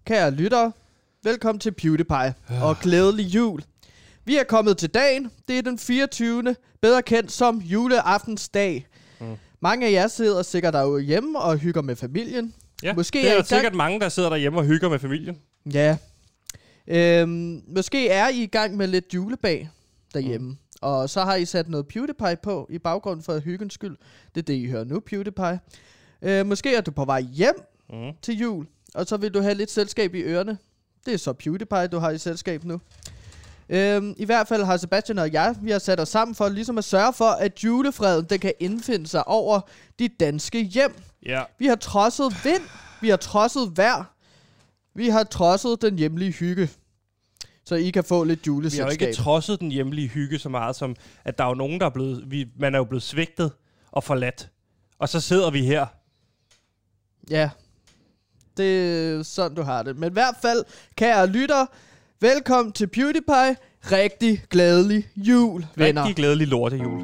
Kære lyttere, velkommen til PewDiePie og glædelig jul. Vi er kommet til dagen. Det er den 24. bedre kendt som juleaftensdag. Mange af jer sidder sikkert derude hjemme og hygger med familien. Ja, måske det er sikkert mange, der sidder derhjemme og hygger med familien. Ja. Måske er I i gang med lidt julebag derhjemme. Og så har I sat noget PewDiePie på i baggrunden for hyggens skyld. Det er det, I hører nu, PewDiePie. Måske er du på vej hjem til jul, og så vil du have lidt selskab i ørerne. Det er så PewDiePie, du har i selskab nu. I hvert fald har Sebastian og jeg, vi har sat os sammen for ligesom at sørge for, at julefreden den kan indfinde sig over de danske hjem. Ja. Vi har trodset vind, vi har trodset vejr, vi har trodset den hjemlige hygge. Så I kan få lidt juleselskab. Vi har jo ikke trodset den hjemlige hygge så meget som, at der er jo nogen, der er blevet... Man er jo blevet svigtet og forladt. Og så sidder vi her. Ja, det er sådan, du har det. Men i hvert fald, kære lytter, velkommen til PewDiePie. Rigtig glædelig jul, venner. Rigtig glædelig lortejul.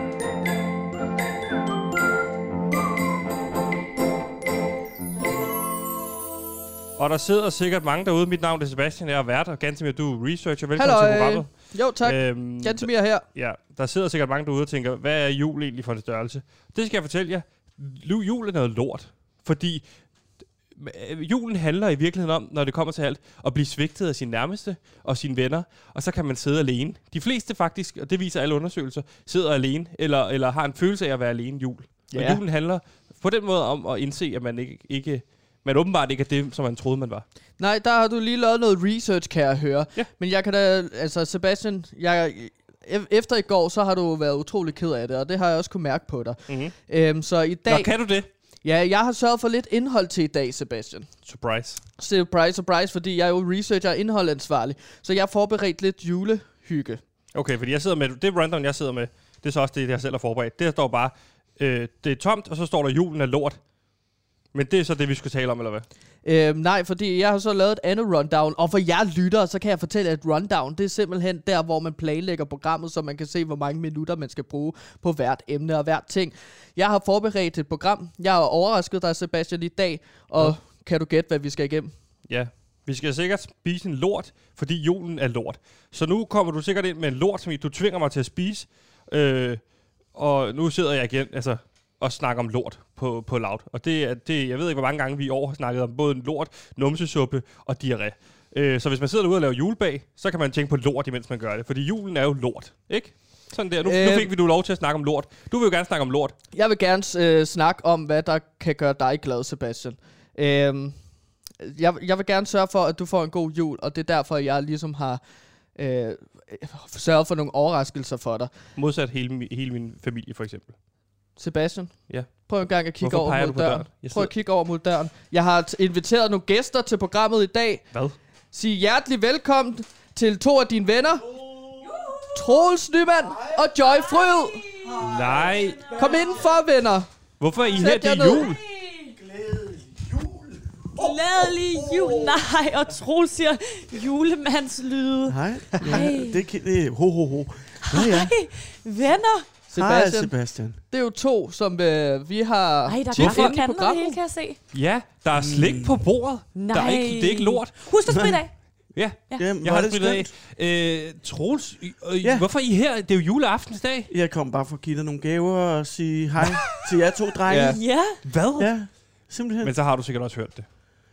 Og der sidder sikkert mange derude. Mit navn er Sebastian, jeg er vært, og Gantemir, du er researcher. Velkommen til programmet. Jo, tak. Gantemir her. Ja, der sidder sikkert mange derude og tænker, hvad er jul egentlig for en størrelse? Det skal jeg fortælle jer. Jul er noget lort. Fordi julen handler i virkeligheden om, når det kommer til alt, at blive svigtet af sine nærmeste og sine venner, og så kan man sidde alene. De fleste faktisk, og det viser alle undersøgelser, sidder alene, eller har en følelse af at være alene jul. Yeah. Og julen handler på den måde om at indse, at man man åbenbart ikke er det, som man troede, man var. Nej, der har du lige lavet noget research, kan jeg høre. Ja. Men jeg kan da, altså Sebastian, efter i går, så har du været utrolig ked af det, og det har jeg også kunne mærke på dig. Så i dag... Nå, kan du det? Ja, jeg har sørget for lidt indhold til i dag, Sebastian. Surprise. Surprise, fordi jeg er jo researcher og indholdansvarlig. Så jeg har forberedt lidt julehygge. Okay, fordi jeg sidder med... Det rundown, jeg sidder med, det er så også det, jeg selv har forberedt. Det står bare, det er tomt, og så står der, julen er lort. Men det er så det, vi skal tale om, eller hvad? Nej, fordi jeg har så lavet et andet rundown. Og for jer lyttere, så kan jeg fortælle, at rundown, det er simpelthen der, hvor man planlægger programmet, så man kan se, hvor mange minutter man skal bruge på hvert emne og hvert ting. Jeg har forberedt et program. Jeg har overrasket dig, Sebastian, i dag. Og kan du gætte, hvad vi skal igennem? Ja, vi skal sikkert spise en lort, fordi julen er lort. Så nu kommer du sikkert ind med en lort, som du tvinger mig til at spise. Og nu sidder jeg igen, og snakke om lort på loud. Og det, jeg ved ikke, hvor mange gange vi i år har snakket om både lort, numsesuppe og diarré. Så hvis man sidder derude og laver julebag, så kan man tænke på lort, imens man gør det. Fordi julen er jo lort, ikke? Sådan der. Nu fik vi lov til at snakke om lort. Du vil jo gerne snakke om lort. Jeg vil gerne snakke om, hvad der kan gøre dig glad, Sebastian. Jeg vil gerne sørge for, at du får en god jul, og det er derfor, jeg ligesom har... sørget for nogle overraskelser for dig. Modsat hele min familie, for eksempel. Sebastian, prøv en gang at kigge over mod døren. Prøv at kigge over mod døren. Jeg har inviteret nogle gæster til programmet i dag. Hvad? Sig hjertelig velkommen til to af dine venner. Troels Nyman og Joy Fryd. Nej. Kom indenfor, venner. Hvorfor er I her til jul? Glædelig jul. Nej, og Troels siger julemandslyde. Hej. Det er ho ho ho. Hej, venner. Sebastian. Det er jo to, som vi har tit inde i programmet. Hele, kan jeg se. Ja, der er slik på bordet. Nej. Det er ikke lort. Husk at spritte af. Ja, jeg har spillet af. Troels, hvorfor er I her? Det er jo juleaftensdag. Jeg kom bare for at give dig nogle gaver og sige hej til jer to drenge. Ja. Hvad? Ja, simpelthen. Men så har du sikkert også hørt det.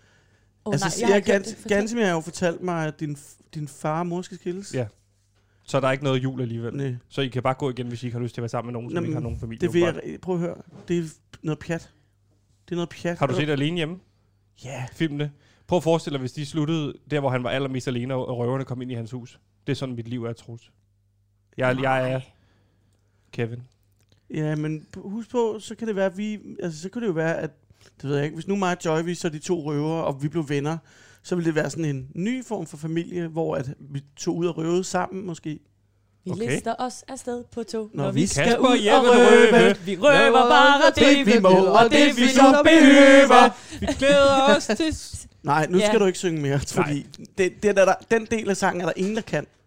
Gantemir har jo fortalt mig, at din far og mor skal skilles. Ja. Så der er ikke noget jul alligevel. Nej. Så I kan bare gå igen, hvis I ikke har lyst til at være sammen med nogen, som ikke har nogen familie. Det vil jeg prøv at høre. Det er noget pjat. Det er noget pjat. Har du set Alene Hjemme? Ja. Filmene. Prøv at forestille dig, hvis de sluttede der, hvor han var allermest alene, og røverne kom ind i hans hus. Det er sådan, mit liv er, Troels. Jeg er Kevin. Ja, men husk på, så kan det være, så kan det jo være, at det ved jeg ikke. Hvis nu mig og Joy, vi så de to røver, og vi blev venner, så ville det være sådan en ny form for familie, hvor at vi tog ud og røvede sammen, måske. Vi lister os afsted på tog, når vi skal ud og røve. Vi røver bare det, vi må, og det, vi så behøver. Vi glæder os til... Nej, nu skal du ikke synge mere, fordi den del af sangen er der ingen, der kan.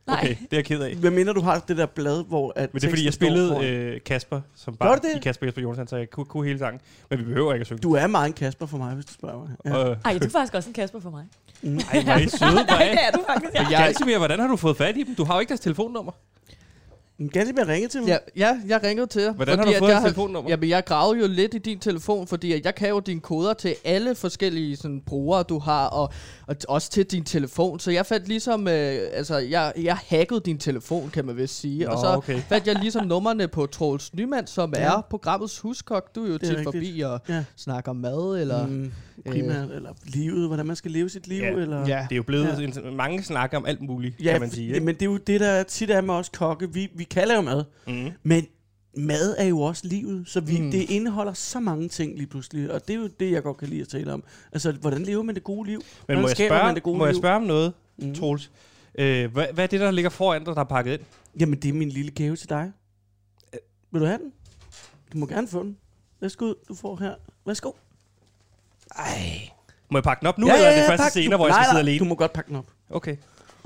Okay, det er jeg ked af. Hvad mener du har det der blad, hvor... At Men det er fordi, jeg spillede Kasper som barn i Kasper Jesper Jonathan, så jeg kunne hele sangen. Men vi behøver ikke at synge. Du er meget en Kasper for mig, hvis du spørger mig. Ja. Ej, du er faktisk også en Kasper for mig. Ej, hvor er I søde, Nej, det er du faktisk. Ja. Gansimir, hvordan har du fået fat i dem? Du har jo ikke deres telefonnummer. Gansimir ringede til mig. Ja, jeg ringede til dig. Hvordan har du fået et telefonnummer? Jamen, jeg gravede jo lidt i din telefon, fordi jeg kan jo dine koder til alle forskellige sådan, brugere, du har, og også til din telefon. Så jeg fandt ligesom, jeg hackede din telefon, kan man vist sige. Og så fandt jeg ligesom nummerne på Troels Nyman, som er programmets huskok. Du er jo tit forbi og snakker mad, eller... primært, eller livet, hvordan man skal leve sit liv. Eller? Ja, det er jo blevet mange snakker om alt muligt, kan man sige. Men det er jo det, der tit er med os kokke. Vi kan lave mad, men mad er jo også livet, så det indeholder så mange ting lige pludselig, og det er jo det, jeg godt kan lide at tale om. Altså, hvordan lever man det gode liv? Men må jeg spørge om noget, Troels? Hvad er det, der ligger foran dig, der er pakket ind? Jamen, det er min lille gave til dig. Vil du have den? Du må gerne få den. Værsgo, du får her. Værsgo. Ej. Må jeg pakke den op nu, eller er det første scener, hvor jeg skal sidde alene? Du må godt pakke den op. Okay.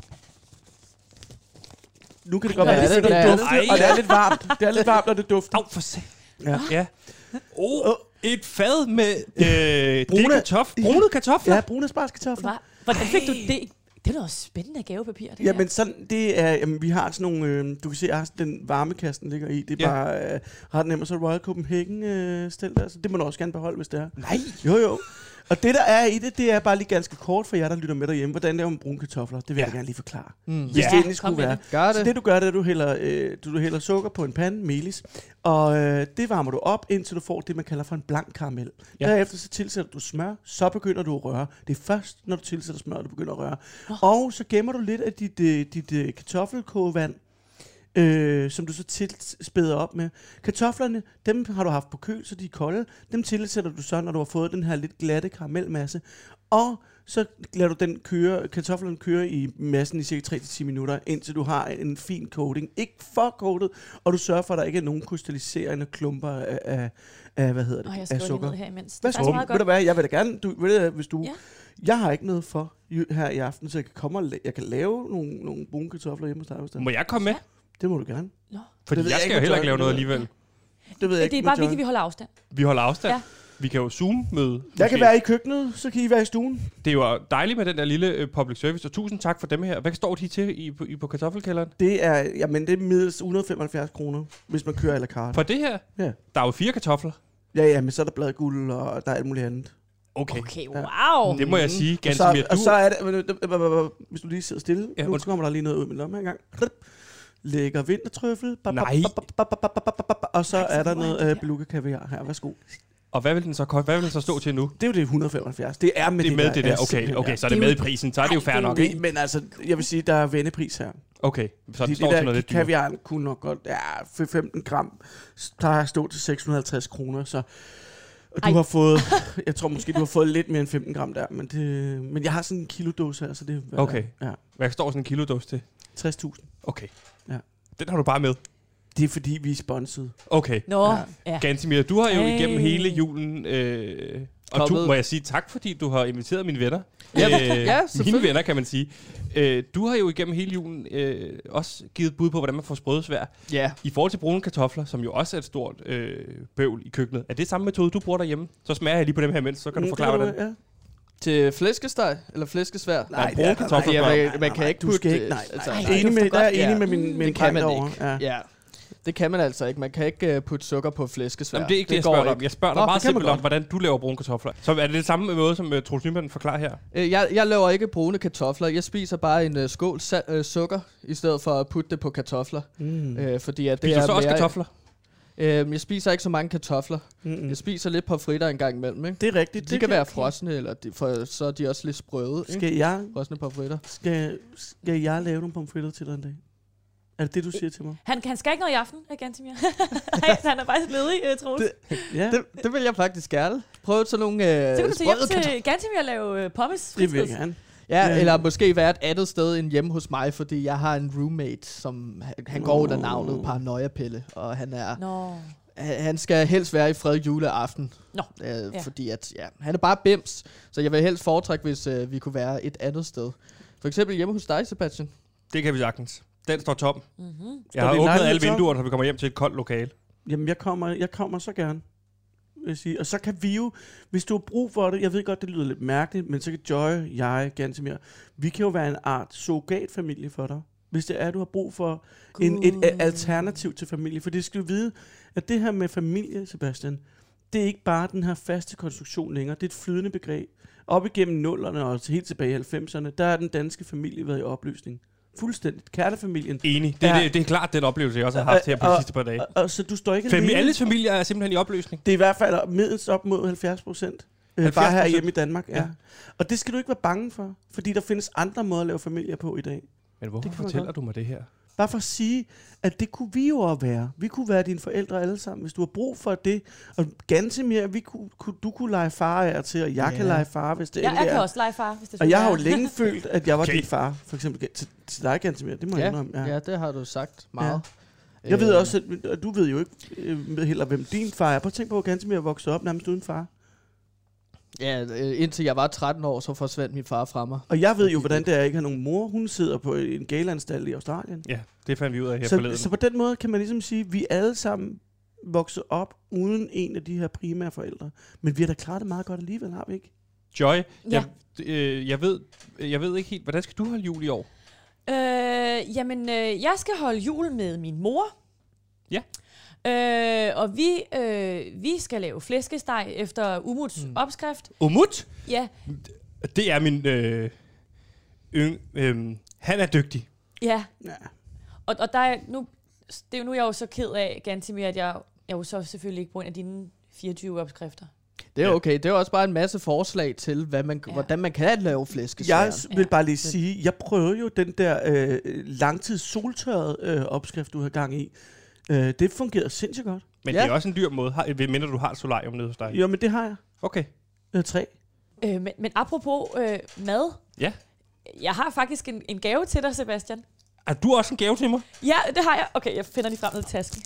Nu kan det godt være, at det dufter, og det er lidt varmt. Det er lidt varmt, og det dufter. Au, for sag. Ja. Et fad med brune kartofler. Ja, brune aspargeskartofler. Hvordan fik du det? Det er også spændende gavepapir, det men sådan, det er, vi har sådan nogle, du kan se, den varmekasten ligger i. Det er bare ret nemt, og så Royal Copenhagen stel der, så det må du også gerne beholde, hvis det er. Nej. Jo. Og det, der er i det er bare lige ganske kort for jer, der lytter med derhjemme. Hvordan laver man brune kartofler? Det vil jeg gerne lige forklare. Hvis det endelig skulle være. Så det, du gør, det er, at du hælder sukker på en pande, melis, og det varmer du op, indtil du får det, man kalder for en blank karamel. Derefter så tilsætter du smør, så begynder du at røre. Det er først, når du tilsætter smør, du begynder at røre. Og så gemmer du lidt af dit kartoffelkogevand, som du så spæder op med. Kartoflerne, dem har du haft på køl, så de er kolde. Dem tilsætter du så, når du har fået den her lidt glatte karamelmasse. Og så lader du kartoflerne køre i massen i cirka 3-10 minutter, indtil du har en fin coating. Ikke for coatet, og du sørger for, at der ikke er nogen krystalliserende klumper af af sukker. Her imens. Værsgo, ved du hvad, jeg vil da gerne, hvis du... Jeg har ikke noget for her i aften, så jeg kan komme og jeg kan lave nogle brune kartofler hjemme hos dig. Må jeg komme med? Det må du gerne. Fordi jeg skal jo heller ikke lave noget alligevel. Det ved jeg ikke. Det er bare vigtigt, at vi holder afstand. Vi holder afstand? Ja. Vi kan jo Zoom-møde. Jeg kan være i køkkenet, så kan I være i stuen. Det er jo dejligt med den der lille public service, og tusind tak for dem her. Hvad står de til på kartoffelkælderen? Det er middels 175 kroner, hvis man kører à la carte. For det her? Ja. Der er jo 4 kartofler. Ja, men så er der bladguld, og der er alt muligt andet. Okay, wow. Det må jeg sige, Gansimir. Og så er det, hvis du lige sidder stille, nu kommer der lige noget ud med lommen en gang. Lækker vintertrøffel. Nej. Og så er der noget beluga kaviar her. Værsgo. Og hvad vil den så stå til nu? Det er jo det 175. Det er med det der. Okay, så er det med i prisen. Så er det jo fair nok, ikke? Men altså, jeg vil sige, der er vendepris her. Okay, så det står til noget lidt dyrt. Kaviaren kunne nok godt, 15 gram, der har stået til 650 kroner, så... Og du har fået, jeg tror måske, du har fået lidt mere end 15 gram der, men jeg har sådan en kilodåse her, så det er... Okay. Ja. Hvad står sådan en kilodåse til? 60.000. Okay. Ja. Den har du bare med? Det er fordi, vi er sponset. Okay. Gansimir, du har jo igennem hele julen... og må jeg sige tak, fordi du har inviteret mine venner. Mine venner, kan man sige. Du har jo igennem hele julen også givet bud på, hvordan man får sprødesvær. Ja. I forhold til brune kartofler, som jo også er et stort bøvl i køkkenet. Er det samme metode, du bruger derhjemme? Så smager jeg lige på dem her mens, så kan du forklare, hvordan. Ja. Til flæskesteg eller flæskesvær? Nej, brune kartofler. Man kan ikke putte... Nej. Der er enig med min kan man ikke. Ja. Det kan man altså ikke. Man kan ikke putte sukker på flæskesvær. Jamen, det er ikke det, jeg spørger dig om. Jeg spørger dig meget simpelt om, hvordan du laver brune kartofler. Så er det det samme måde, som Troels Nyman forklarer her? Jeg laver ikke brune kartofler. Jeg spiser bare en skål sukker, i stedet for at putte det på kartofler. Fordi at det spiser du så også kartofler? Jeg spiser ikke så mange kartofler. Jeg spiser lidt pomfritter en gang imellem, ikke? Det er rigtigt. De kan være frosne, eller så er de også lidt sprøde. Skal jeg... Frosne pomfritter. Skal jeg lave nogle pomfritter til dig en dag? Er det det, du siger til mig? Han skal ikke noget i aften, Gansimir. Han er faktisk ledig, Troels. Det vil jeg faktisk gerne. Prøv sådan nogle så kan du tage hjem til Gansimir og lave pommes. Det vil jeg gerne. Ja, eller måske være et andet sted end hjemme hos mig, fordi jeg har en roommate, som han går under navnet Paranoia-Pille, og han er... Han skal helst være i fred juleaften. Fordi at, han er bare bims, så jeg vil helst foretrække, hvis vi kunne være et andet sted. For eksempel hjemme hos dig, Sebastian. Det kan vi sagtens. Den står tom. Mm-hmm. Jeg har din åbnet lejlighed alle tom? vinduer, når vi kommer hjem til et koldt lokale. Jamen, jeg kommer så gerne. Vil jeg sige. Og så kan vi jo, hvis du har brug for det, jeg ved godt, det lyder lidt mærkeligt, men så kan Joy, jeg, Gantemir, vi kan jo være en art surrogatfamilie for dig. Hvis det er, du har brug for et alternativ til familie. For det skal du vide, at det her med familie, Sebastian, det er ikke bare den her faste konstruktion længere. Det er et flydende begreb. Op igennem 0'erne og helt tilbage i 90'erne, der er den danske familie været i opløsning. Fuldstændigt. Kernefamilien. Enig. Det er klart den oplevelse, jeg også har haft her på de sidste par dage. Så du står ikke alene. Alles familier er simpelthen i opløsning. Det er i hvert fald mindst op mod 70%. Bare her hjemme i Danmark. Ja. Og det skal du ikke være bange for, fordi der findes andre måder at lave familier på i dag. Men hvorfor fortæller du mig det her? Bare for at sige, at det kunne vi jo også være. Vi kunne være dine forældre alle sammen, hvis du har brug for det. Og ganske mere, du kunne lege far af til, og jeg kan lege far, hvis det jeg kan også lege far, hvis det og jeg har jo længe følt, at jeg var din far, for eksempel til dig, ganske mere. Det må jeg indrømme. Ja, det har du sagt meget. Ja. Jeg ved også, at du ved jo ikke heller, hvem din far er. Prøv at tænke på, at ganske mere voksede op nærmest uden far. Ja, indtil jeg var 13 år, så forsvandt min far fra mig. Og jeg ved jo, hvordan det er at ikke have nogen mor. Hun sidder på en galanstalt i Australien. Ja, det fandt vi ud af her forleden. Så på den måde kan man ligesom sige, at vi alle sammen vokset op uden en af de her primære forældre. Men vi har da klaret det meget godt alligevel, har vi ikke? Joy, Ja. jeg ved ikke helt, hvordan skal du holde jul i år? Jeg skal holde jul med min mor. Ja. Og vi skal lave flæskesteg efter Umuts opskrift. Umut? Ja. Det er min han er dygtig. Ja. Ja. Og der er nu, det er jo nu, jeg er jo så ked af, Gantemir, at jeg jo så selvfølgelig ikke bruger en af dine 24 opskrifter. Det er okay. Det er også bare en masse forslag til, hvordan man kan lave flæskesteg. Jeg vil bare lige sige, jeg prøvede jo den der langtids soltørrede opskrift, du har gang i. Det fungerede sindssygt godt. Men det er også en dyr måde, mindre du har et solarium nede hos dig. Jo, men det har jeg. Okay. 3. Men apropos mad. Ja. Jeg har faktisk en gave til dig, Sebastian. Er du også en gave til mig? Ja, det har jeg. Okay, jeg finder lige frem ned i tasken.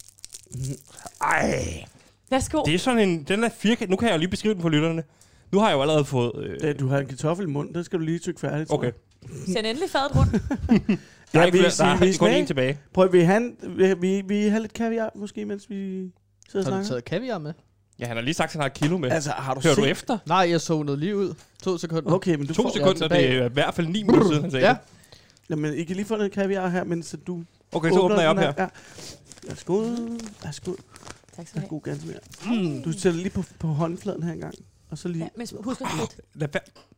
Ej. Værsgo. Det er sådan den er firkant. Nu kan jeg jo lige beskrive den for lytterne. Nu har jeg jo allerede fået... Du har en kartoffel i munden, den skal du lige tykke færdigt. Okay. Send endelig fadet rundt. Der er ikke flere, der er kun en tilbage. Prøv, vi have lidt kaviar, måske, mens vi sidder og Har du snakker? taget kaviar med? Ja, han har lige sagt, at han har et kilo med. Altså, har du Hører set? du efter? Nej, jeg zonede lige ud. 2 sekunder. Okay, men du 2 får... sekunder, det er i hvert fald 9 minutter siden, han sagde Ja. det. Jamen, I kan lige få noget kaviar her, mens du... Okay, så åbner jeg op her. Ja. Værsgo. Tak skal du have. Værsgo, ganske mere. Du sætter lige på håndfladen her engang. Og så lige... Ja, men husk at spytte. Lad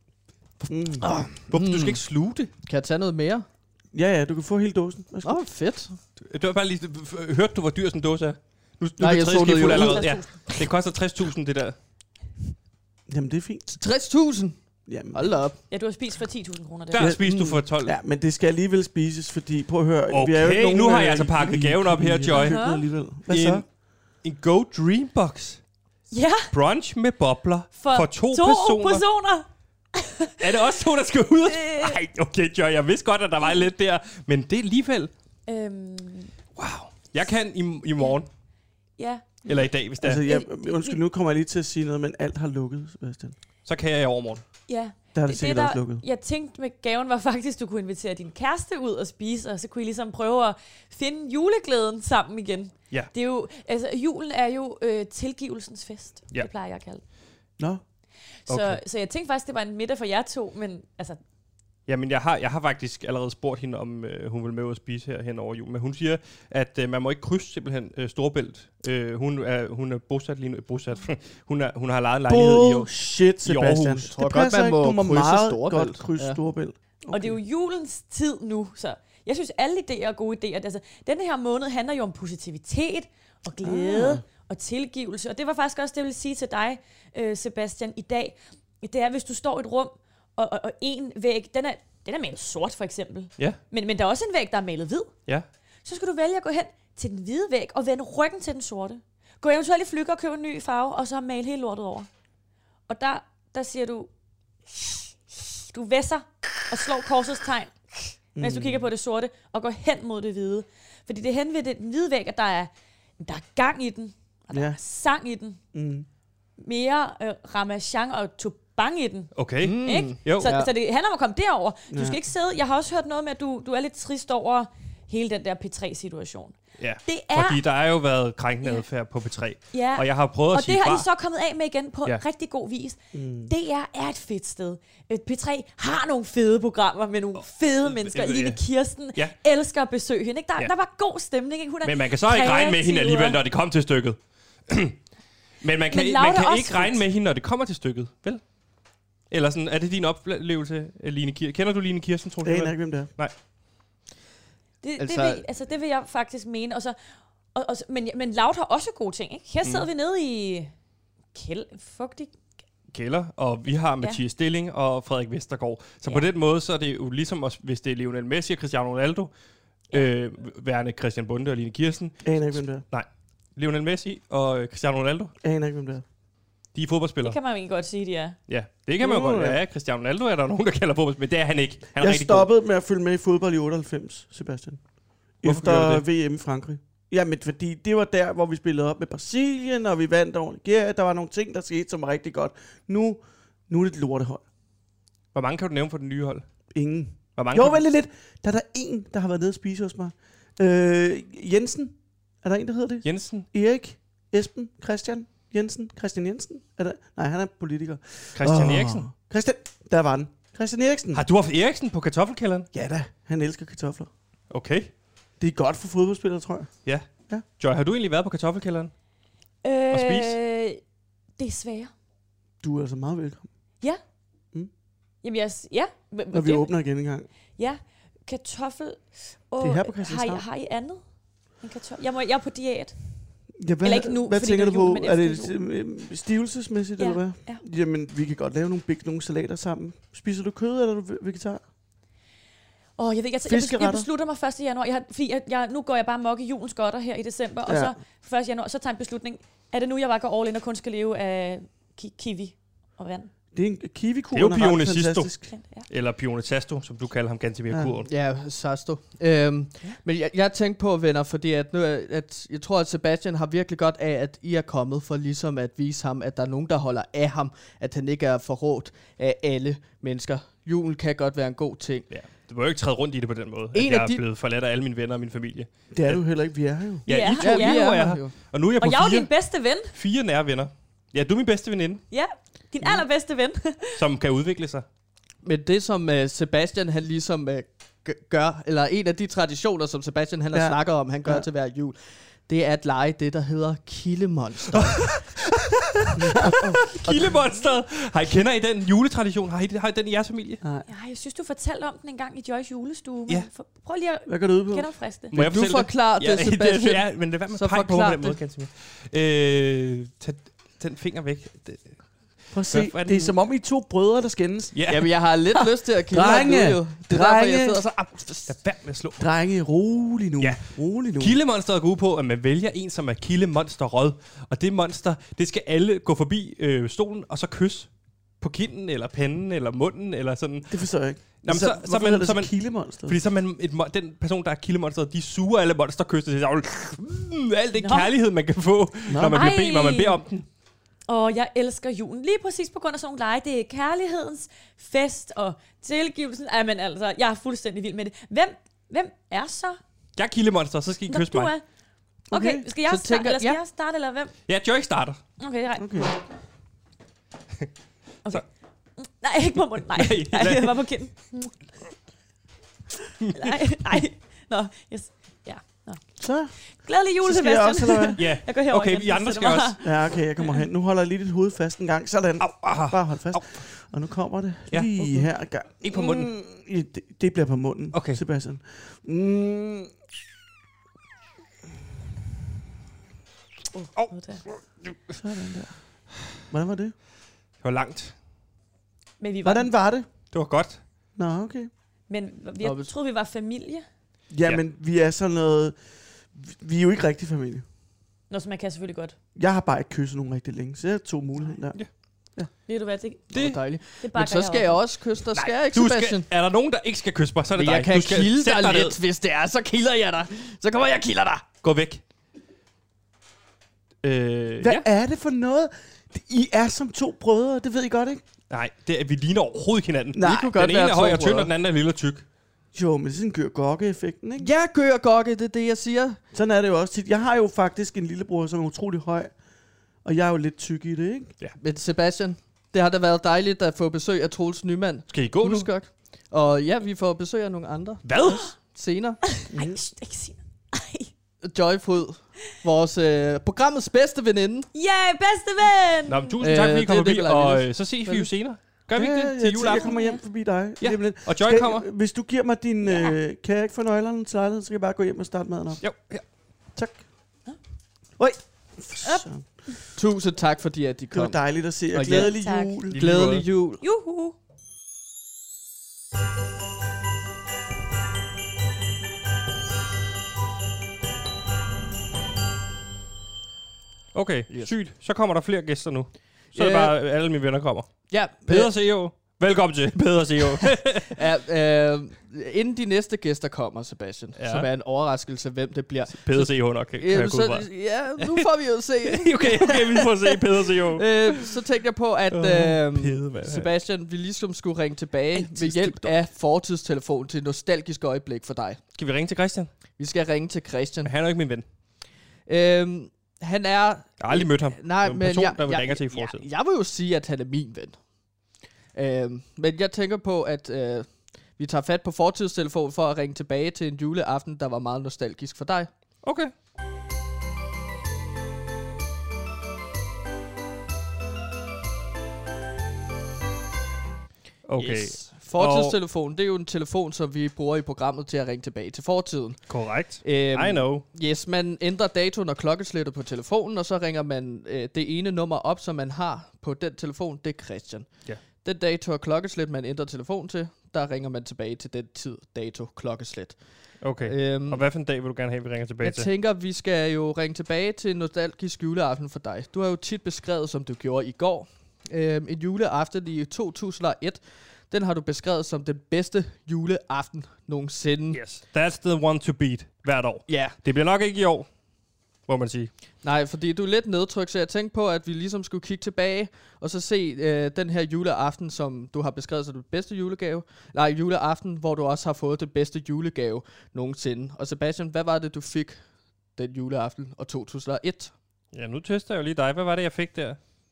være. Hvorfor? Du skal ikke sluge det. Kan jeg tage noget mere? Ja, du kan få hele dåsen. Værsgo. Fedt. Det var bare lige... Hørte du, hvor dyr sådan en dåse er? Nu Nej, jeg så det jo allerede. Ja. Det koster 60.000, det der. Jamen, det er fint. 60.000? Jamen, Hold da op. Ja, du har spist for 10.000 kroner. Der spiste du for 12. ja, men det skal alligevel spises, fordi... Prøv at høre. Okay, vi er jo ikke nogen, nu har jeg altså pakket gaven op her, Joy. Hvad så? En Go Dreambox. Ja, Brunch med bobler for 2 personer. Er det også 2, der skal ud? Nej, okay, Joy, jeg vidste godt, at der var lidt der. Men det er alligevel... Wow. Jeg kan i morgen. Ja. Eller i dag, hvis det er. Altså, undskyld, nu kommer jeg lige til at sige noget, men alt har lukket, Sebastian. Så kan jeg i overmorgen. Ja. Der er det sikkert også lukket. Jeg tænkte med gaven var faktisk, at du kunne invitere din kæreste ud og spise, og så kunne I ligesom prøve at finde juleglæden sammen igen. Ja. Det er jo, altså, julen er jo tilgivelsens fest. Ja. Det plejer jeg at kalde. Nå. Okay. Så jeg tænkte faktisk, det var en middag for jer to, men altså... Jamen, jeg har faktisk allerede spurgt hende, om hun vil med ud at spise her hen over jul. Men hun siger, at man må ikke krydse simpelthen Storebælt. Hun er bosat lige nu. hun har lejet en lejlighed Bullshit, Sebastian. Aarhus. Tror Det godt, passer man ikke. må Du må krydse meget Storebælt. godt krydse Ja. Storebælt. Okay. Og det er jo julens tid nu, så jeg synes, alle idéer er gode idéer. Altså, denne her måned handler jo om positivitet og glæde og tilgivelse. Og det var faktisk også det, jeg ville sige til dig, Sebastian, i dag. Det er, hvis du står i et rum, og en væg, den er malet sort, for eksempel. Ja. Men der er også en væg, der er malet hvid. Ja. Så skal du vælge at gå hen til den hvide væg og vende ryggen til den sorte. Gå eventuelt i Flygger og købe en ny farve, og så male hele lortet over. Og der siger du væsser og slår korsets tegn, mens du kigger på det sorte, og går hen mod det hvide. Fordi det er hen ved den hvide væg, at der er gang i den, og der er sang i den. Mere ramachan og bange i den. Okay. Ikke? Jo. Så det handler om at komme derover. Du skal ikke sidde... Jeg har også hørt noget med, at du er lidt trist over hele den der P3-situation. Ja, Det er... fordi der er jo været krænkende adfærd på P3. Ja. Og jeg har prøvet at Og sige det har fra. de så kommet af med igen på rigtig god vis. DR er et fedt sted. P3 har nogle fede programmer med nogle fede mennesker. Line Kirsten elsker at besøge hende. Ikke? Der var god stemning. Ikke? Hun er Men man kan så ikke regne med hende alligevel, når det kommer til stykket. Men man kan ikke regne med hende, når det kommer til stykket, vel? Eller sådan, er det din oplevelse, Line Kirsten? Kender du Line Kirsten, tror du? Jeg aner ikke, hvem det er. Nej. Det vil jeg faktisk mene. Men Loud har også gode ting. Ikke? Her sidder vi nede i fugtig Kælder, og vi har Mathias Stilling og Frederik Vestergaard. Så på den måde, så er det jo ligesom også, hvis det er Lionel Messi og Cristiano Ronaldo, værende Christian Bonde og Line Kirsten. Jeg aner ikke, hvem det er. Nej. Lionel Messi og Cristiano Ronaldo. Jeg aner ikke, hvem det er. De er fodboldspillere. Det kan man jo egentlig godt sige, de er. Ja, det kan man jo godt. Ja, Cristiano Ronaldo er der nogen, der kalder fodbold, men det er han ikke. Han er jeg stoppede med at følge med i fodbold i 98, Sebastian. Hvorfor Efter VM i Frankrig. Jamen, fordi det var der, hvor vi spillede op med Brasilien, og vi vandt over Nigeria. Der var nogle ting, der skete, som var rigtig godt. Nu er det et lortehold. Hvor mange kan du nævne for den nye hold? Ingen. Hvor mange Jo, vel lidt. Der er der en, der har været nede og spise hos mig. Jensen. Er der en, der hedder det? Jensen? Erik? Esben? Christian Jensen? Christian Jensen? Nej, han er politiker. Christian Eriksen? Christian, der var den. Christian Eriksen. Har du haft Eriksen på kartoffelkælderen? Ja da, han elsker kartofler. Okay. Det er godt for fodboldspillere, tror jeg. Ja. Joy, har du egentlig været på kartoffelkælderen? Og spise? Desværre. Du er altså meget velkommen. Ja. Jamen, ja. Når vi åbner igen en gang. Ja. Kartoffel. Det er her på Christianshavn. Har I andet end kartoffel? Jeg er på diæt. Ja, hvad, Eller ikke nu, hvad fordi tænker det du er på? jul, men Er det efter stivelsesmæssigt, eller hvad? Ja. Jamen, vi kan godt lave nogle salater sammen. Spiser du kød, eller er du vegetar? Jeg ved ikke, jeg beslutter mig 1. januar. Nu går jeg bare mok i julens godter her i december, og så 1. januar, så tager en beslutning. Er det nu, jeg bare går all in og kun skal leve af kiwi og vand? Det er en kiwi-kur, det er jo Pionesisto. Ja. Eller Pionetasto, som du kalder ham, Gantemir-kuren. Ja, Sasto. Men jeg tænkte på, venner, fordi at jeg tror, at Sebastian har virkelig godt af, at I er kommet for ligesom at vise ham, at der er nogen, der holder af ham, at han ikke er forrådt af alle mennesker. Julen kan godt være en god ting. Ja. Du må jo ikke træde rundt i det på den måde, at jeg er blevet forladt af alle mine venner og min familie. Det er du heller ikke, vi er her jo. Ja, I to, vi er her. Og nu er jeg på 4. Og jeg er jo din bedste ven. 4 nære venner. Ja, du er min bedste veninde. Ja, din allerbedste ven. Som kan udvikle sig. Men det, som Sebastian han ligesom gør, eller en af de traditioner, som Sebastian han har snakket om, han gør til hver jul, det er at lege det, der hedder Kildemonster. Kildemonsteret! Kender I den juletradition? Har I den i jeres familie? Nej, jeg synes, du fortalte om den en gang i Joyce julestue. Ja. Prøv lige at hvad går det ud på? genopfriske det. Må jeg du forklare det, Sebastian? Ja, men det er med at pege på den måde, Gantemir. Tag den finger væk. Prøv at se, det er som om I 2 brødre, der skændes. Ja. Jamen, jeg har lidt lyst til at kille Drenge! ham nu, jo. Lad være med at slå. Drenge, rolig nu. Ja. Rolig nu. Kildemonsteret går ud på, at man vælger en, som er kildemonsterrød. Og det monster, det skal alle gå forbi stolen, og så kysse på kinden, eller panden, eller munden, eller sådan. Det forstår jeg ikke. Jamen, hvorfor er det så kildemonster? Fordi så man den person, der er kildemonsteret, de suger alle monsterkysser til alt det kærlighed, man kan få, når man beder om den. Og jeg elsker julen. Lige præcis på grund af sådan nogle lege. Det er kærlighedens fest og tilgivelsen. Jamen altså, jeg er fuldstændig vild med det. Hvem er så? Jeg er kildemonster, så skal I kysse mig. Okay, skal jeg starte, eller hvem? Ja, Joy starter. Okay, det er okay. Okay. Nej, ikke på munden. Nej, jeg var på kinden. Nej. Nå, yes. Ja. Nå. Så glædelig jul, skal jeg Sebastian. også, eller hvad? Ja. Jeg går herover okay, igen, vi andre skal også. Ja, okay, jeg kommer hen. Nu holder jeg lige dit hoved fast en gang. Sådan. Bare hold fast. Au. Og nu kommer det lige her. Ikke på munden. Det bliver på munden, okay. Sebastian. Sådan der. Hvordan var det? Det var langt. Men hvordan var det? Det var godt. Nå, okay. Men jeg troede, vi var familie. Ja, men vi er sådan noget... Vi er jo ikke rigtig familie. Nå, så man kan selvfølgelig godt. Jeg har bare ikke kysset nogen rigtig længe, så jeg tog muligheden der. Ja. Ved du hvad, det er dejligt. Det men så skal jeg også kysse dig. Skal jeg ikke, Sebastian? Er der nogen, der ikke skal kysse mig, så er det dig. Jeg kan kilde dig lidt, hvis det er. Så kilder jeg dig. Så kommer jeg og kilder dig. Gå væk. Hvad er det for noget? I er som 2 brødre, det ved I godt, ikke? Nej, vi ligner overhovedet ikke hinanden. Nej, vi kunne godt den ene være er høj to og tynd, brødre. og den anden er lille og tyk. Jo, men det er sådan Gør-Gokke-effekten, ikke? Ja, gør gokke, det er det, jeg siger. Sådan er det jo også tit. Jeg har jo faktisk en lillebror, som er utrolig høj, og jeg er jo lidt tyk i det, ikke? Ja. Men Sebastian, det har da været dejligt at få besøg af Troels Nyman. Skal I gå nu? Husk godt. Og ja, vi får besøg af nogle andre Hvad? senere. Ej, ikke sige noget. Joyfryd, vores programmets bedste veninde. Ja, bedste ven! Nå, men tusind tak, fordi I kom det er forbi, Nikolaj og Lilles. så ses vi jo senere. Gør vi ikke Ja, det jeg til juleaften? Jeg kommer hjem forbi dig. Ja, Lige om lidt. og Joy kommer. Hvis du giver mig din... kan jeg ikke få nøglerne til lejligheden, så kan jeg bare gå hjem og starte maden op. Jo, ja. Tak. Oj. Tusind tak, fordi at de Det var kom. dejligt at se jer. Og ja, Glædelig tak. jul. Glædelig jul. Juhu! Okay, Yes. sygt. Så kommer der flere gæster nu. Så er det Ja. bare, alle mine venner kommer. Ja, Peder CEO. Velkommen til Peder CEO. inden de næste gæster kommer, Sebastian, Ja. som er en overraskelse, hvem det bliver. Peder CEO nok, kan jeg gå ud fra. Ja, nu får vi jo se. Okay, vi får se Peder CEO. Så tænkte jeg på, at Pede, mand. Sebastian, vi ligesom skulle ringe tilbage Altid ved hjælp skifter. af fortidstelefon til et nostalgisk øjeblik for dig. Skal vi ringe til Christian? Vi skal ringe til Christian. Men han er jo ikke min ven. Han er... Jeg har aldrig mødt ham. Nej, Det er en men person, der ringer til i fortiden. jeg vil jo sige, at han er min ven. Men jeg tænker på, at vi tager fat på fortidstelefon for at ringe tilbage til en juleaften, der var meget nostalgisk for dig. Okay. Okay, Yes. Fortidstelefon, det er jo en telefon, som vi bruger i programmet til at ringe tilbage til fortiden. korrekt. I know. Yes, man ændrer datoen og klokkeslættet på telefonen, og så ringer man det ene nummer op, som man har på den telefon, det er Christian. Ja. Den dato og klokkeslæt, man ændrer telefon til, der ringer man tilbage til den tid, dato, klokkeslæt. Okay. Og hvad for en dag vil du gerne have, vi ringer tilbage Jeg til? tænker, vi skal jo ringe tilbage til en nostalgisk juleaften for dig. Du har jo tit beskrevet, som du gjorde i går, en juleaften i 2001. Den har du beskrevet som den bedste juleaften nogensinde. Yes, that's the one to beat hvert år. Ja. Det bliver nok ikke i år, må man sige. Nej, fordi du er lidt nedtrykt, så jeg tænkte på, at vi ligesom skulle kigge tilbage, og så se den her juleaften, som du har beskrevet som den bedste juleaften, hvor du også har fået det bedste julegave nogensinde. Og Sebastian, hvad var det, du fik den juleaften og 2001? Ja, nu tester jeg jo lige dig. Hvad var det, jeg fik der?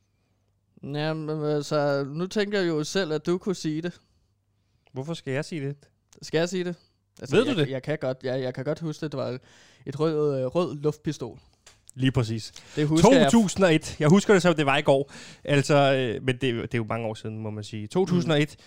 Jamen, altså, nu tænker jeg jo selv, at du kunne sige det. Hvorfor skal jeg sige det? Skal jeg sige det? Altså, Ved du det? Jeg kan godt huske, at det var et rød luftpistol. Lige præcis. Det husker jeg. 2001. Jeg husker det som, det var i går. Altså, men det er jo mange år siden, må man sige. 2001,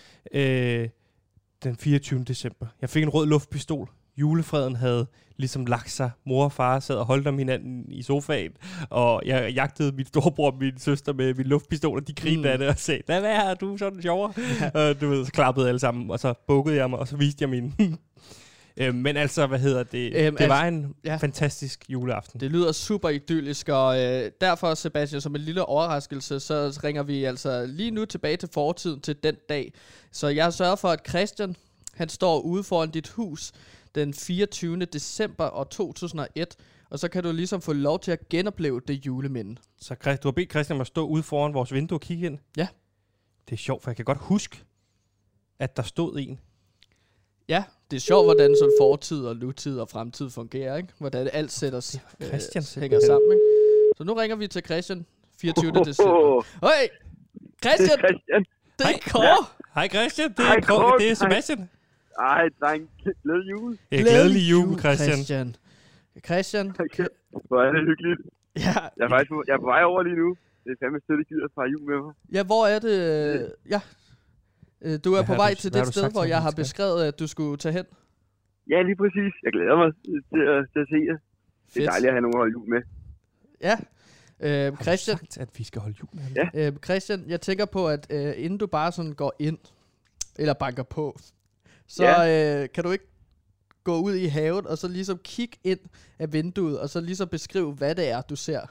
den 24. december. Jeg fik en rød luftpistol. Julefreden havde ligesom lagt sig. Mor og far sad og holdt om hinanden i sofaen. Og jeg jagtede min storebror og min søster med min luftpistol, og de grinede af det og sagde, hvad er du sådan sjovere? Og du ved, så klappede alle sammen, og så bukkede jeg mig, og så viste jeg min... Men altså, hvad hedder det? Det var en fantastisk juleaften. Det lyder super idyllisk, og derfor, Sebastian, som en lille overraskelse, så ringer vi altså lige nu tilbage til fortiden til den dag. Så jeg har sørget for, at Christian, han står ude foran dit hus den 24. december år 2001, og så kan du ligesom få lov til at genopleve det juleminde. Så du har bedt Christian om at stå ude foran vores vindue og kigge ind? Ja. Det er sjovt, for jeg kan godt huske, at der stod en. Ja, det er sjovt, hvordan sådan fortid og nutid og fremtid fungerer, ikke? Hvordan alt sætter Christian hænger sammen, ikke? Så nu ringer vi til Christian 24. december. Hej! Christian! Det er Kåre! Hej Christian, det Hej, er Kåre. det er Sebastian. Ej, dreng. Glædelig jul. Ja, glædelig jul, Christian. Christian. Hvor er det hyggeligt. Ja. Jeg er på vej over lige nu. Det er fandme sødt, at gider at fejre jul med mig. Ja, hvor er det? Ja. Du er på vej til det sted, hvor jeg har beskrevet, at du skulle tage hen. Ja, lige præcis. Jeg glæder mig til at se jer. Det er dejligt at have nogen at holde jul med. Ja. Christian, har du sagt, at vi skal holde jul med ham? Ja. Christian, jeg tænker på, at inden du bare sådan går ind, eller banker på, så kan du ikke gå ud i haven, og så ligesom kigge ind af vinduet, og så ligesom beskrive, hvad det er, du ser.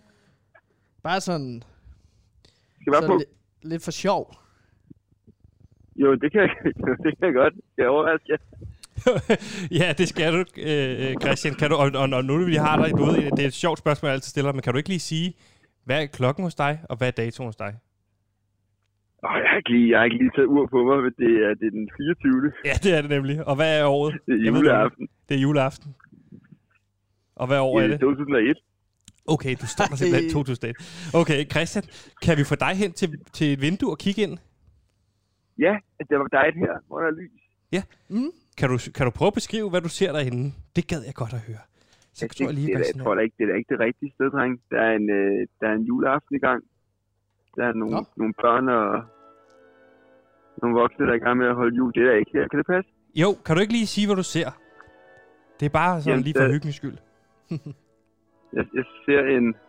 Bare sådan, Skal jeg bare på? Lidt for sjov. Jo, det kan jeg godt. Jeg overrasker jer. Ja, det skal du, Christian. Kan du, og nu vi har dig, du ved, det er et sjovt spørgsmål, jeg altid stiller, men kan du ikke lige sige, hvad er klokken hos dig, og hvad er datoen hos dig? Jeg har ikke lige taget ur på mig, men det er den 24. Ja, det er det nemlig. Og hvad er året? Det er juleaften. Det er juleaften. Og hvad år er det? 2001. Okay, du står der simpelthen 2001. Okay, Christian, kan vi få dig hen til et vindue og kigge ind? Ja, det var dejligt her, hvor der er lys. Ja. Kan du prøve at beskrive, hvad du ser derinde? Det gad jeg godt at høre. Så tror jeg lige, jeg tror da ikke, det er ikke det rigtige sted, dreng. Der er en juleaften i gang. Der er nogle børn og nogle voksne, der er i gang med at holde jul. Det er der ikke her. Kan det passe? Jo, kan du ikke lige sige, hvad du ser? Det er bare sådan lige for hyggens skyld. Jeg ser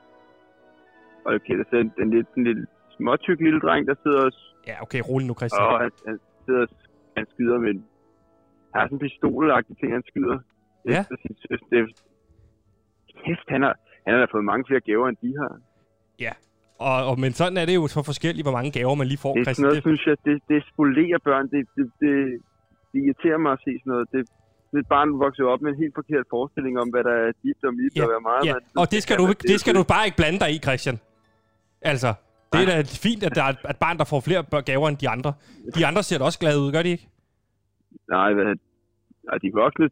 en lille småtyk lille dreng, der sidder og... Ja, okay, rolig nu, Christian. Og han sidder han skyder med en... Han har sådan en pistolagtig ting, han skyder. Ja. Efter sin søster. Kæft, han har fået mange flere gaver, end de har. Ja, men sådan er det jo så forskelligt, hvor mange gaver man lige får, Christian. Det er sådan noget, synes jeg, det spolerer børn. Det irriterer mig at se sådan noget. Et barn vokser op med en helt forkert forestilling om, hvad der er dit og mit, og hvad meget man... Og det skal du bare ikke blande dig i, Christian. Altså, det er da fint, at der er et barn, der får flere gaver end de andre. De andre ser da også glade ud, gør de ikke? Nej, de voksne,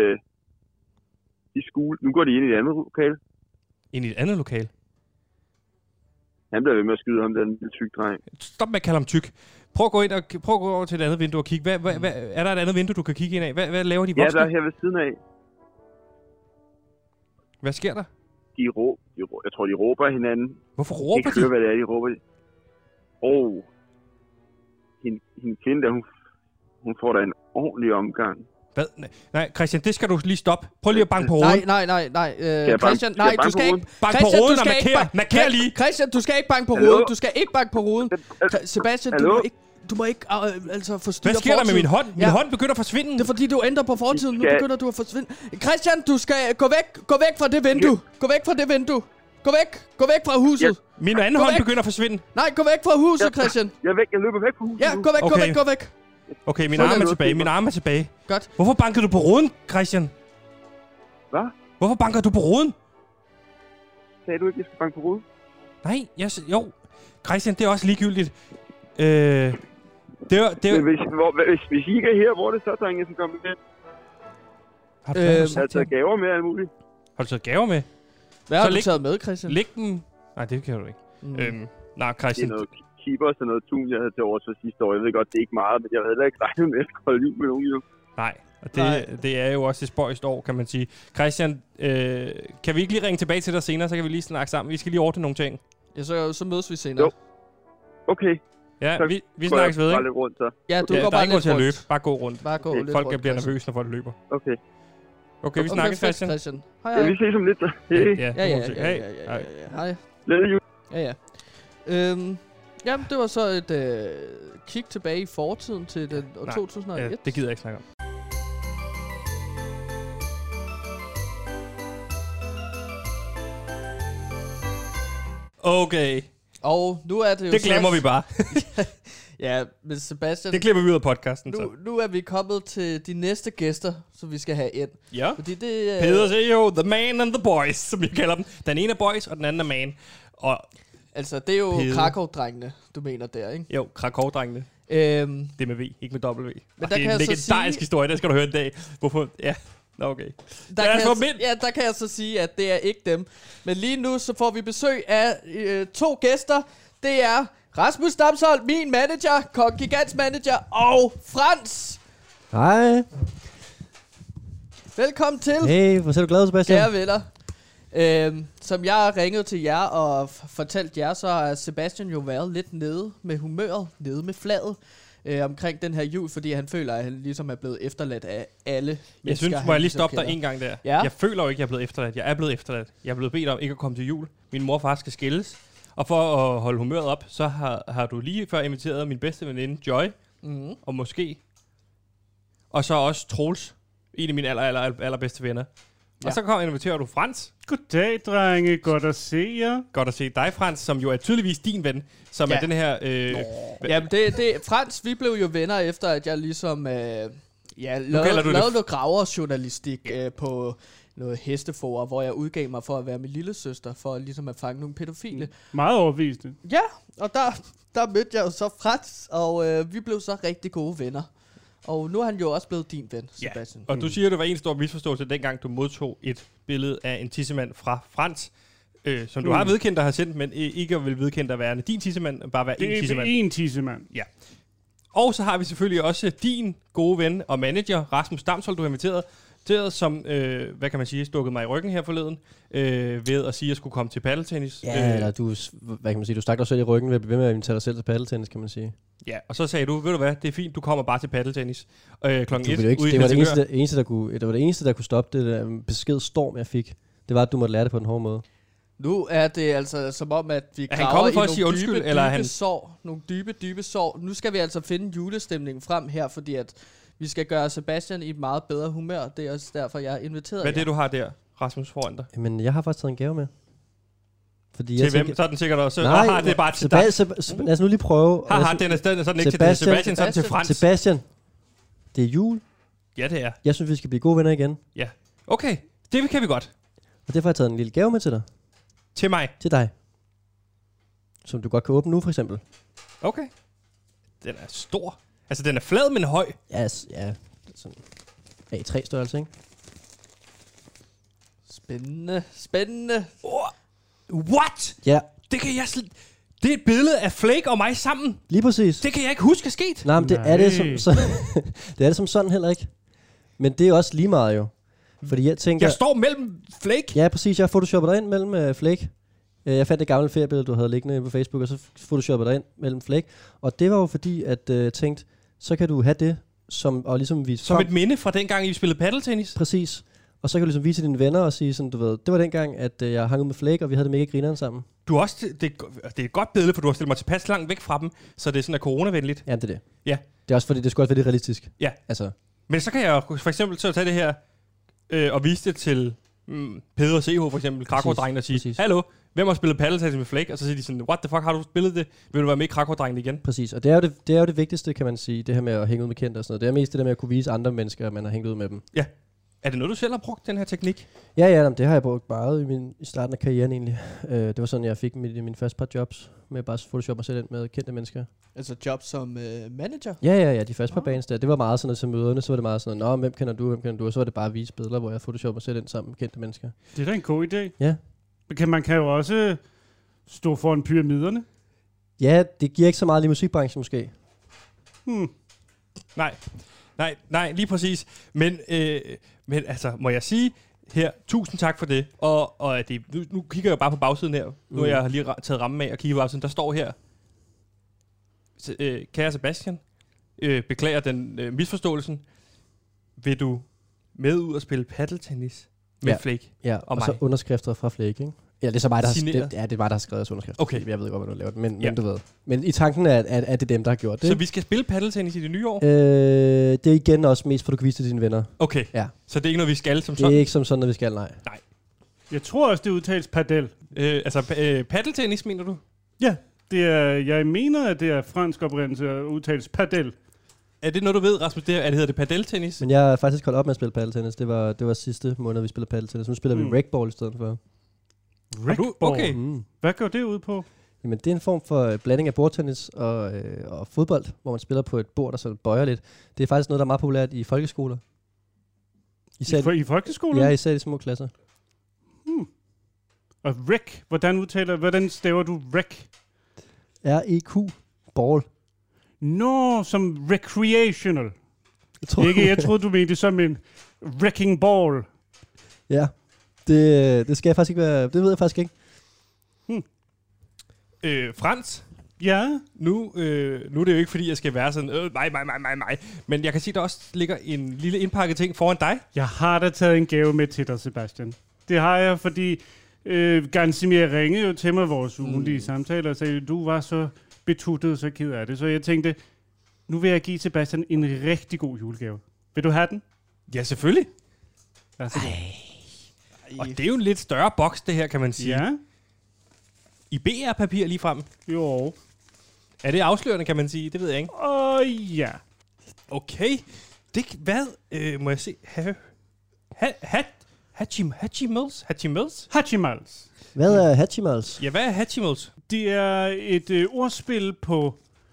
de skole. Nu går de ind i et andet lokale. Ind i et andet lokale? Han bliver ved med at skyde ham, den lille tyk dreng. Stop med at kalde ham tyk. Prøv at gå over til et andet vindue og kigge. Er der et andet vindue, du kan kigge ind af? Hvad laver de voksne? Ja, der er her ved siden af. Hvad sker der? Jeg tror, de råber af hinanden. Hvorfor råber de? Jeg kan høre, hvad det er, de råber. Hende kvinde der, hun får da en ordentlig omgang. Hvad? Nej, Christian, det skal du lige stoppe. Prøv lige at banke på ruden. Nej. Christian, nej, du skal ikke... Banke på ruden og marker lige. Christian, du skal ikke banke på ruden. Du skal ikke banke på ruden. Sebastian, du må ikke altså forstyrre. Hvad sker der med min hånd? Min hånd begynder at forsvinde. Det er fordi, du ændrer på fortiden. Nu begynder du at forsvinde. Christian, du skal gå væk fra det vindue. Gå væk fra det vindue. Gå væk fra huset. Min anden hånd begynder at forsvinde. Nej, gå væk fra huset, Christian. Jeg er væk. Jeg løber væk fra huset. Ja, gå væk. Okay, min arm er tilbage. Godt. Hvorfor bankede du på ruden, Christian? Hvad? Hvorfor banker du på ruden? Sagde du ikke, jeg skal banke på ruden? Nej, jo. Christian, det er også ligegyldigt. Men hvis I ikke er her, hvor er det så, drenge, som kommer med? Har du taget gaver med alt muligt? Har du taget gaver med? Hvad har du taget med, Christian? Læg dem... Nej, det kan du ikke. Nej, Christian... Det er noget keepers og noget tun, jeg havde til års for sidste år. Jeg ved godt, det er ikke meget, men jeg havde heller ikke regnet med at holde jul med nogen jo. Nej, og det er jo også et spøjst år, kan man sige. Christian, kan vi ikke lige ringe tilbage til dig senere, så kan vi lige snakke sammen. Vi skal lige ordne nogle ting. Ja, så mødes vi senere. Jo. Okay. Ja, vi snakkes ved, ikke? Lidt rundt, så. Ja, du går bare lidt rundt. Til at løbe. Bare gå rundt. Bare gå lidt rundt. Folk bliver nervøse, når folk løber. Okay. Okay, vi snakkes, Christian. Hej. Ja, vi ses om lidt, så. Ja. Hej. Glædelig jul. Ja. Jamen, det var så et kig tilbage i fortiden til den 2001. Ja, det gider jeg ikke snakke om. Okay. Og nu er det jo det glemmer vi bare. Ja, men Sebastian... Det klipper vi ud af podcasten, nu er vi kommet til de næste gæster, som vi skal have ind. Ja. Fordi det Peder siger jo, the man and the boys, som jeg kalder dem. Den ene er boys, og den anden er man. Og altså, det er jo Krakow-drengene, du mener der, ikke? Jo, Krakow-drengene. Det er med V, ikke med W. Men det er en legendarisk historie, der skal du høre en dag. Hvorfor? Ja, okay. Der kan jeg så sige, at det er ikke dem. Men lige nu, så får vi besøg af 2 gæster. Det er Rasmus Damsholdt, min manager, Gigants manager, og Frans. Hej. Velkommen til. Hey, hvor ser du glad, Sebastian? Kære venner. Som jeg ringede til jer og fortalte jer, så har Sebastian jo været lidt nede med humøret, nede med flaget omkring den her jul, fordi han føler, at han ligesom er blevet efterladt af alle. Jeg synes, må jeg lige stoppe dig en gang der. Ja? Jeg føler jo ikke, at jeg er blevet efterladt. Jeg er blevet efterladt. Jeg er blevet bedt om ikke at komme til jul. Min mor og far skal skilles. Og for at holde humøret op, så har du lige før inviteret min bedste veninde, Joy. Mm-hmm. Og måske. Og så også Troels. En af mine allerbedste venner. Ja. Og så inviterer du Frans. Goddag, drenge. Godt at se jer. Godt at se dig, Frans, som jo er tydeligvis din ven. Som er den her... Jamen, Frans, vi blev jo venner efter, at jeg ligesom... lavede noget graverjournalistik på noget hesteforer, hvor jeg udgav mig for at være min lille søster, for ligesom at fange nogle pædofile. Meget overbevisende. Ja, og der mødte jeg jo så Frans, og vi blev så rigtig gode venner. Og nu er han jo også blevet din ven, Sebastian. Og du siger, at det var en stor misforståelse, dengang du modtog et billede af en tissemand fra Frans, som du har vedkendt og har sendt, men ikke vil vedkendt at være din tissemand, bare være en tissemand. Det er en tissemand. Ja. Og så har vi selvfølgelig også din gode ven og manager, Rasmus Damsholdt, du har inviteret, som, hvad kan man sige, stukket mig i ryggen her forleden, ved at sige, at jeg skulle komme til paddeltennis. Ja, eller du, hvad kan man sige, du stak dig selv i ryggen ved at blive ved med at invitere dig selv til paddeltennis, kan man sige. Ja, og så sagde du, ved du hvad, det er fint, du kommer bare til paddeltennis klokken 1 ikke, det var det eneste, der kunne stoppe det der besked storm, jeg fik. Det var, at du måtte lære det på den hårde måde. Nu er det altså som om, at vi graver i nogle sår. Nogle dybe sår. Nu skal vi altså finde julestemningen frem her, fordi at vi skal gøre Sebastian i et meget bedre humør. Det er også derfor, jeg har inviteret Hvad er det, du har der, Rasmus, foran dig? Men jeg har faktisk taget en gave med. Fordi til hvem? Så er den sikkert også... Nej, det er bare til dig. Lad os nu lige prøve... Den er sådan ikke til Sebastian, sådan til Frans. Sebastian, det er jul. Ja, det er. Jeg synes, vi skal blive gode venner igen. Ja. Okay, det kan vi godt. Og derfor har jeg taget en lille gave med til dig. Til mig? Til dig. Som du godt kan åbne nu, for eksempel. Okay. Den er stor. Altså, den er flad, men høj. Ja, sådan A3-størrelse, ikke? Spændende. What? Ja. Det kan jeg det er et billede af Flake og mig sammen. Lige præcis. Det kan jeg ikke huske er sket. Nej, men det er det som det er det som sådan heller ikke. Men det er også lige meget jo. Fordi jeg tænker... Jeg står mellem Flake. Ja, præcis. Jeg har photoshoppet dig ind mellem Flake. Jeg fandt det gamle feriebillede, du havde liggende på Facebook, og så photoshoppede dig ind mellem Flake. Og det var jo fordi, at tænkte, så kan du have det, som ligesom vise som et minde fra dengang, I spillede paddeltennis. Præcis. Og så kan du ligesom vise dine venner og sige sådan, du ved, det var dengang, at jeg hang ud med Flake, og vi havde det mega grineren sammen. Du er også, det er et godt billede, for du har stillet mig tilpas langt væk fra dem, så det er sådan er coronavenligt. Ja, det er det. Ja. Det er også fordi, det skulle også være lidt realistisk. Ja. Altså. Men så kan jeg for eksempel så tage det her, og vise det til Peder CH, for eksempel, Krakow-drengen, og sige, hallo, hvem har spillet paddeltennis med Flake? Og så siger de sådan, what the fuck, har du spillet det? Vil du være med i Krakow-drengen igen? Præcis, og det er jo det vigtigste, kan man sige, det her med at hænge ud med kendte og sådan noget. Det er mest det der med at kunne vise andre mennesker, at man har hængt ud med dem. Ja. Er det noget, du selv har brugt, den her teknik? Ja, det har jeg brugt meget i starten af karrieren egentlig. Det var sådan, jeg fik mine første par jobs med at bare photoshoppe mig selv ind med kendte mennesker. Altså job som manager? Ja, de første par bands der. Det var meget sådan noget til møderne, så var det meget sådan noget, hvem kender du, og så var det bare at vise billeder, hvor jeg photoshoppede mig selv ind sammen med kendte mennesker. Det er da en god idé. Ja. Man kan jo også stå foran pyramiderne. Ja, det giver ikke så meget i musikbranchen måske. Nej, lige præcis. Men altså, må jeg sige her, tusind tak for det. Og det, nu kigger jeg bare på bagsiden her. Nu har jeg lige taget rammen af og kigger på bagsiden. Der står her, kære Sebastian, beklager den misforståelsen. Vil du med ud og spille paddeltennis med Flake og mig? Så underskrifter fra Flake, ikke? Ja, det er så mig, der det er mig, der har skrevet underskrifter. Okay. Jeg ved godt, hvad du laver det, men du ved. Men i tanken er det dem, der har gjort det. Så vi skal spille paddeltennis i det nye år? Det er igen også mest, for du kan vise det til dine venner. Okay, så det er ikke noget, vi skal som sådan? Det er ikke som sådan, at vi skal, nej. Jeg tror også, det udtales padel. Paddeltennis, mener du? Ja, jeg mener, at det er fransk oprindelse at udtales padel. Er det noget, du ved, Rasmus? Det hedder det paddeltennis? Men jeg har faktisk holdt op med at spille paddeltennis. Det var sidste måned, vi spillede paddeltennis. Nu spiller vi racquetball i stedet for. Racquetball? Okay. Hvad går det ud på? Jamen, det er en form for blanding af bordtennis og fodbold, hvor man spiller på et bord, der så bøjer lidt. Det er faktisk noget, der er meget populært i folkeskoler. I folkeskoler? Ja, især i små klasser. Og rec, hvordan staver du rec? R-E-Q, ball. Som recreational. Jeg troede, du mente som en wrecking ball. Ja, det skal jeg faktisk ikke være, det ved jeg faktisk ikke. Frans? Ja? Nu er det jo ikke, fordi jeg skal være sådan, mig. Men jeg kan sige, der også ligger en lille indpakket ting foran dig. Jeg har da taget en gave med til dig, Sebastian. Det har jeg, fordi Gansimir ringede jo til mig vores ugenlige samtaler og sagde, du var så betuttet, så ked af det. Så jeg tænkte, nu vil jeg give Sebastian en rigtig god julegave. Vil du have den? Ja, selvfølgelig. Og det er jo en lidt større boks, det her, kan man sige. Ja. I BR-papir lige frem. Jo. Er det afslørende, kan man sige? Det ved jeg ikke. Ja. Okay. Hvad må jeg se? Hatchimals? Hatchimals. Hvad er Hatchimals? Ja, hvad er Hatchimals? Det er et ordspil på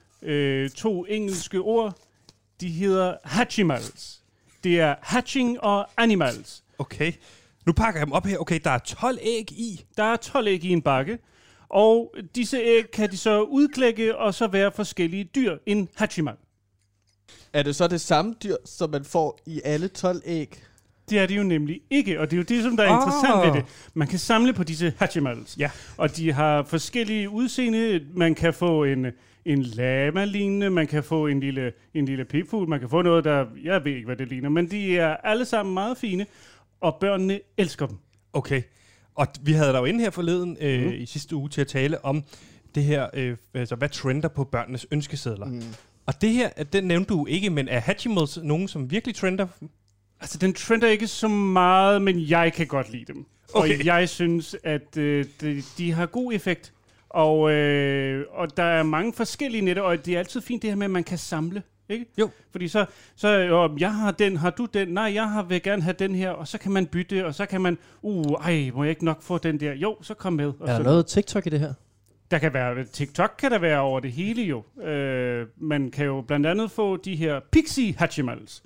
2 engelske ord. De hedder Hatchimals. Det er hatching og animals. Okay. Nu pakker jeg dem op her. Okay, der er 12 æg i. Der er 12 æg i en bakke. Og disse æg kan de så udklække og så være forskellige dyr. En Hatchimal. Er det så det samme dyr, som man får i alle 12 æg? Det er det jo nemlig ikke, og det er jo det, som der er interessant ved det. Man kan samle på disse Hatchimals. Ja. Og de har forskellige udseende. Man kan få en lama-lignende, man kan få en lille pipfugl, man kan få noget, der, jeg ved ikke, hvad det ligner, men de er alle sammen meget fine, og børnene elsker dem. Okay. Og vi havde der jo inde her forleden i sidste uge til at tale om det her, altså hvad trender på børnenes ønskesedler. Og det her, den nævnte du ikke, men er Hatchimals nogen, som virkelig trender? Altså, den trender ikke så meget, men jeg kan godt lide dem. Okay. Og jeg synes, at de har god effekt. Og der er mange forskellige netter, og det er altid fint det her med, at man kan samle. Ikke? Jo. Fordi så jeg har den, har du den? Nej, vil gerne have den her, og så kan man bytte, og så kan man, må jeg ikke nok få den der? Jo, så kom med. Og er der noget TikTok i det her? Der kan være, TikTok kan der være over det hele jo. Man kan jo blandt andet få de her Pixie Hatchimals.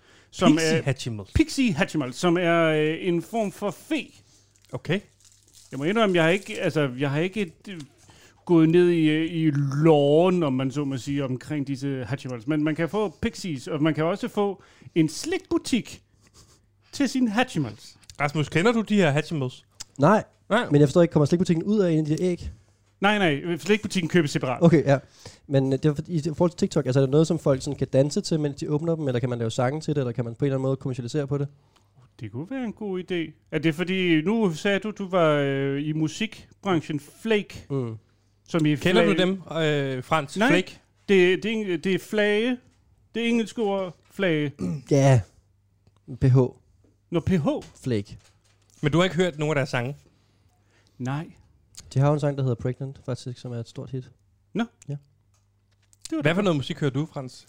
Pixie Hatchimals, som er en form for fe. Okay. Jeg må indrømme, jeg har ikke gået ned i loven, om man så må sige, omkring disse Hatchimals. Men man kan få Pixies, og man kan også få en slikbutik til sine Hatchimals. Rasmus, kender du de her Hatchimals? Nej, men jeg forstår ikke, kommer slikbutikken ud af en af de æg? Nej, slikbutikken købes separat. Okay, ja. Men det er, i forhold til TikTok, altså er det noget, som folk sådan kan danse til, mens de åbner dem, eller kan man lave sange til det, eller kan man på en eller anden måde kommercialisere på det? Det kunne være en god idé. Er det fordi, nu sagde du var i musikbranchen, Flake. Som i kender du dem, Frans? Nej, Flake? Det er flage. Det er engelske ord, flage. Ja, PH. Nå, PH? Flake. Men du har ikke hørt nogen af deres sange? Nej. De har jo en sang, der hedder Pregnant, faktisk, som er et stort hit. Nå. Ja. Hvad for noget musik hører du, Frans?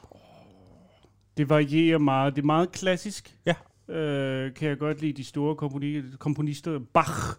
Det varierer meget. Det er meget klassisk. Ja. Kan jeg godt lide de store komponister. Bach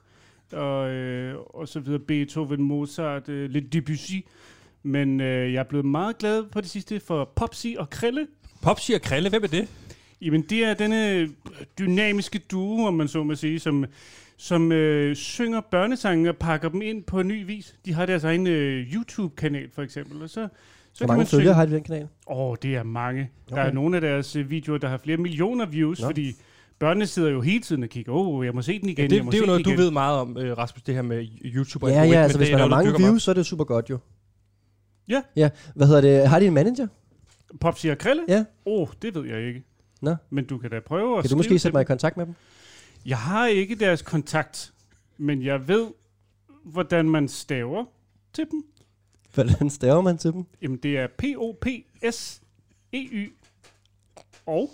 og så videre. Beethoven, Mozart, lidt Debussy. Men jeg er blevet meget glad på det sidste for Popsi og Krille. Popsi og Krille, hvem er det? Jamen, det er denne dynamiske duo, om man så må sige, som synger børnesange og pakker dem ind på en ny vis. De har deres egen YouTube-kanal, for eksempel. Og så hvor mange følgere har de den kanal? Det er mange. Okay. Der er nogle af deres videoer, der har flere millioner views, fordi børnene sidder jo hele tiden og kigger, jeg må se den igen. Ja, det er jo noget, du ved meget om, Rasmus, det her med YouTube. Ja, altså hvis man har mange views, så er det super godt jo. Ja. Hvad hedder det? Har de en manager? Popsi og Krille? Ja. Det ved jeg ikke. Nå. Men du kan da prøve at Kan du måske sætte mig i kontakt med dem? Jeg har ikke deres kontakt, men jeg ved, hvordan man staver til dem. Hvordan staver man til dem? Jamen, det er POPSEY og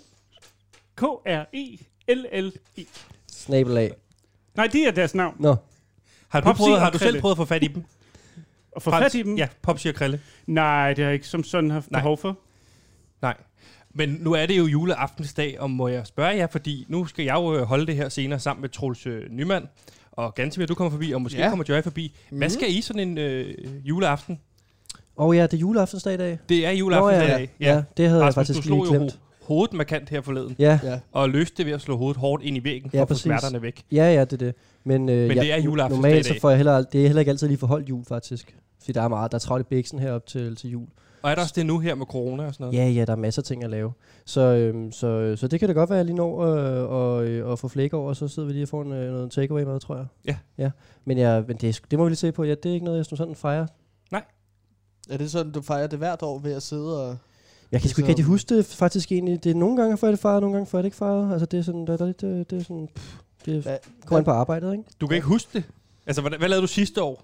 KRELLE. Snabelag. Nej, det er deres navn. Nå. Har du selv prøvet at få fat i dem? At få fat i dem? Ja, Popsi og Krille. Nej, det har jeg ikke som sådan haft behov for. Nej. Men nu er det jo juleaftensdag, og må jeg spørge jer, fordi nu skal jeg jo holde det her senere sammen med Troels Nyman, og Gansimir, du kommer forbi, og måske kommer Joy forbi. Hvad skal I sådan en juleaften? Ja, det er juleaftensdag i dag. Det er juleaftensdag i dag. Ja, det havde Rasmus, jeg faktisk lige glemt. Hovedet markant her forleden. Ja. Og løste det ved at slå hovedet hårdt ind i væggen, for at få smerterne væk. Ja, det er det. Men det er juleaftensdag normalt så får jeg det er heller ikke altid lige forholdt jul, faktisk. Fordi der er travlt i bæksen herop til jul. Og er der også det nu her med corona og sådan noget? Ja, der er masser af ting at lave. Så det kan da godt være, at jeg lige når at få flæk over, og så sidder vi lige og får noget takeaway med, tror jeg. Ja. Men det må vi lige se på. Ja, det er ikke noget, jeg sådan fejrer. Nej. Er det sådan, du fejrer det hvert år ved at sidde og... Jeg kan sgu ikke rigtig huske det faktisk egentlig. Det er nogle gange, får jeg det fejret, nogle gange får jeg det ikke fejret. Altså det er sådan, det er sådan... Det kommer ind på arbejdet, ikke? Du kan ikke huske det? Altså, hvad lavede du sidste år?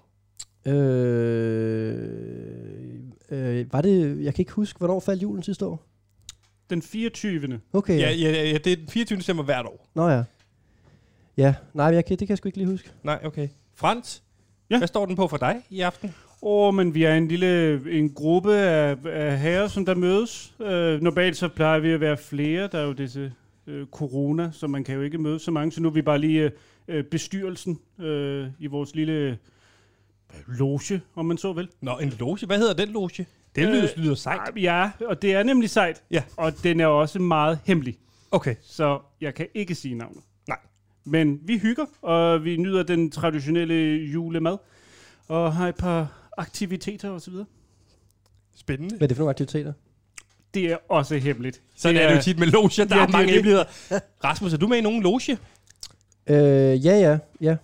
Var det... Jeg kan ikke huske, hvornår faldt julen sidste år? Den 24. Okay, ja, det er den 24. december hvert år. Nå ja. Ja, nej, det kan jeg sgu ikke lige huske. Nej, okay. Frans, hvad står den på for dig i aften? Men vi er en gruppe af herrer, som der mødes. Normalt så plejer vi at være flere. Der er jo disse corona, så man kan jo ikke møde så mange. Så nu er vi bare lige bestyrelsen i vores lille loge, om man så vil. Nå, en loge. Hvad hedder den loge? Det lyder sejt. Ja, og det er nemlig sejt. Ja. Og den er også meget hemmelig. Okay. Så jeg kan ikke sige navnet. Nej. Men vi hygger, og vi nyder den traditionelle julemad, og har et par aktiviteter osv. Spændende. Hvad er det for nogle aktiviteter? Det er også hemmeligt. Sådan er det jo tit med loger. Der er mange det. hemmeligheder. Rasmus, er du med i nogen loge? Ja.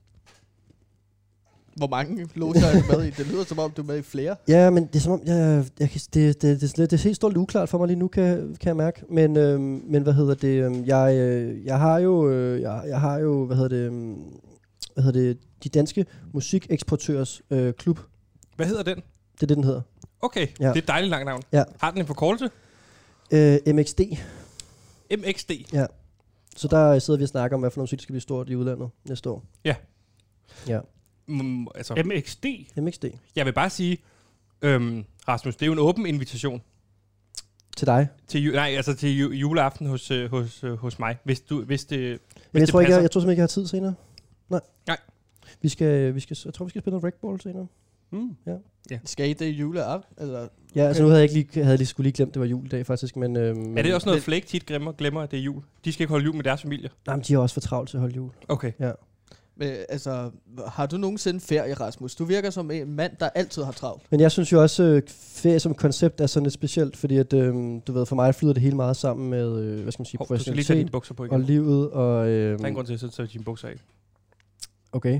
Hvor mange loger er du med i? Det lyder som om, du er med i flere. Ja, men det er som om, det er helt stort uklart for mig lige nu, kan jeg mærke. Men hvad hedder det? Jeg har jo, hvad hedder det, de danske musikeksportørers klub. Hvad hedder den? Det er det, den hedder. Okay, Ja. det er et dejligt langt navn. Ja. Har den en forkortelse? MXD. MXD. Ja. Så der sidder vi og snakker om, hvad for noget musik der skal blive stort i udlandet næste år. Ja. Ja. Altså, MXD? MXD. jeg vil bare sige, Rasmus, det er jo en åben invitation. Til dig. Til juleaften hos mig, hvis det Men jeg det tror ikke, passer. jeg tror simpelthen ikke, jeg har tid senere. Nej. Nej. Jeg tror, vi skal spille noget raceball senere. Skal I det i juleaften? Eller? Ja, altså nu havde jeg skulle lige glemt, det var juledag faktisk, men... Er det også noget, Flake tit glemmer, at det er jul? De skal ikke holde jul med deres familie. Nej, men de er også for travlt til at holde jul. Okay. Ja. Men, altså, har du nogensinde ferie, Rasmus? Du virker som en mand, der altid har travlt. Men jeg synes jo også, ferie som koncept er sådan lidt specielt, fordi at, du ved, for mig flyder det hele meget sammen med, hvad skal man sige, Du skal lige tage dine professionalitet bukser på igen. og livet og... Der er en grund til, at tage dine bukser af. Okay.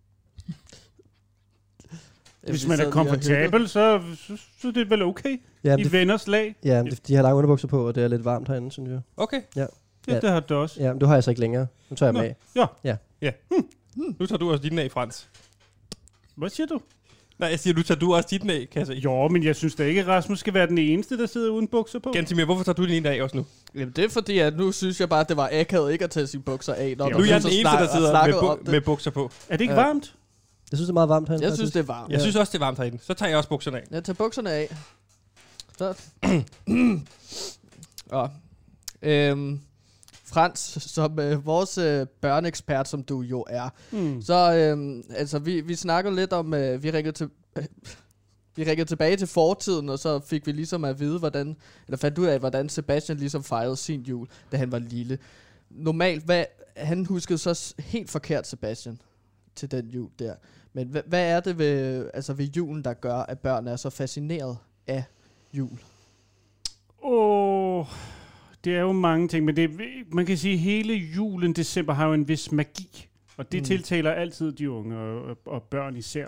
Hvis man er komfortabel, så er det vel okay. Ja, I venners lag. Ja, de har lange underbukser på, og det er lidt varmt herinde, synes jeg. Okay. Ja, det har du også. Ja, men du har jeg så ikke længere. Nu tager jeg dem af. Nu tager du også dine af, Frans. Hvad siger du? Nej, jeg siger, du tager også dine af, kan jeg se. Jo, men jeg synes da ikke, at Rasmus skal være den eneste, der sidder uden bukser på. Gansimir, hvorfor tager du din af også nu? Jamen, det er fordi, at nu synes jeg bare, at det var akavet ikke at tage sine bukser af. Når Nu er jeg den eneste, der sidder med bukser på. Er det ikke varmt? Jeg synes, det er meget varmt herinde. Jeg synes, det er varmt. Jeg synes også, det er varmt herinde. Så tager jeg også bukserne af. Jeg tager bukserne af. Så. Frans, som vores børneekspert, som du jo er, så altså, vi snakkede lidt om, vi ringede tilbage til fortiden, og så fik vi ligesom at vide, fandt ud af, hvordan Sebastian ligesom fejrede sin jul, da han var lille. Normalt, han huskede så helt forkert, Sebastian, til den jul der. Men hvad er det ved julen, der gør, at børn er så fascineret af jul? Det er jo mange ting, men man kan sige, at hele julen, december, har jo en vis magi. Og det tiltaler altid de unge og børn især.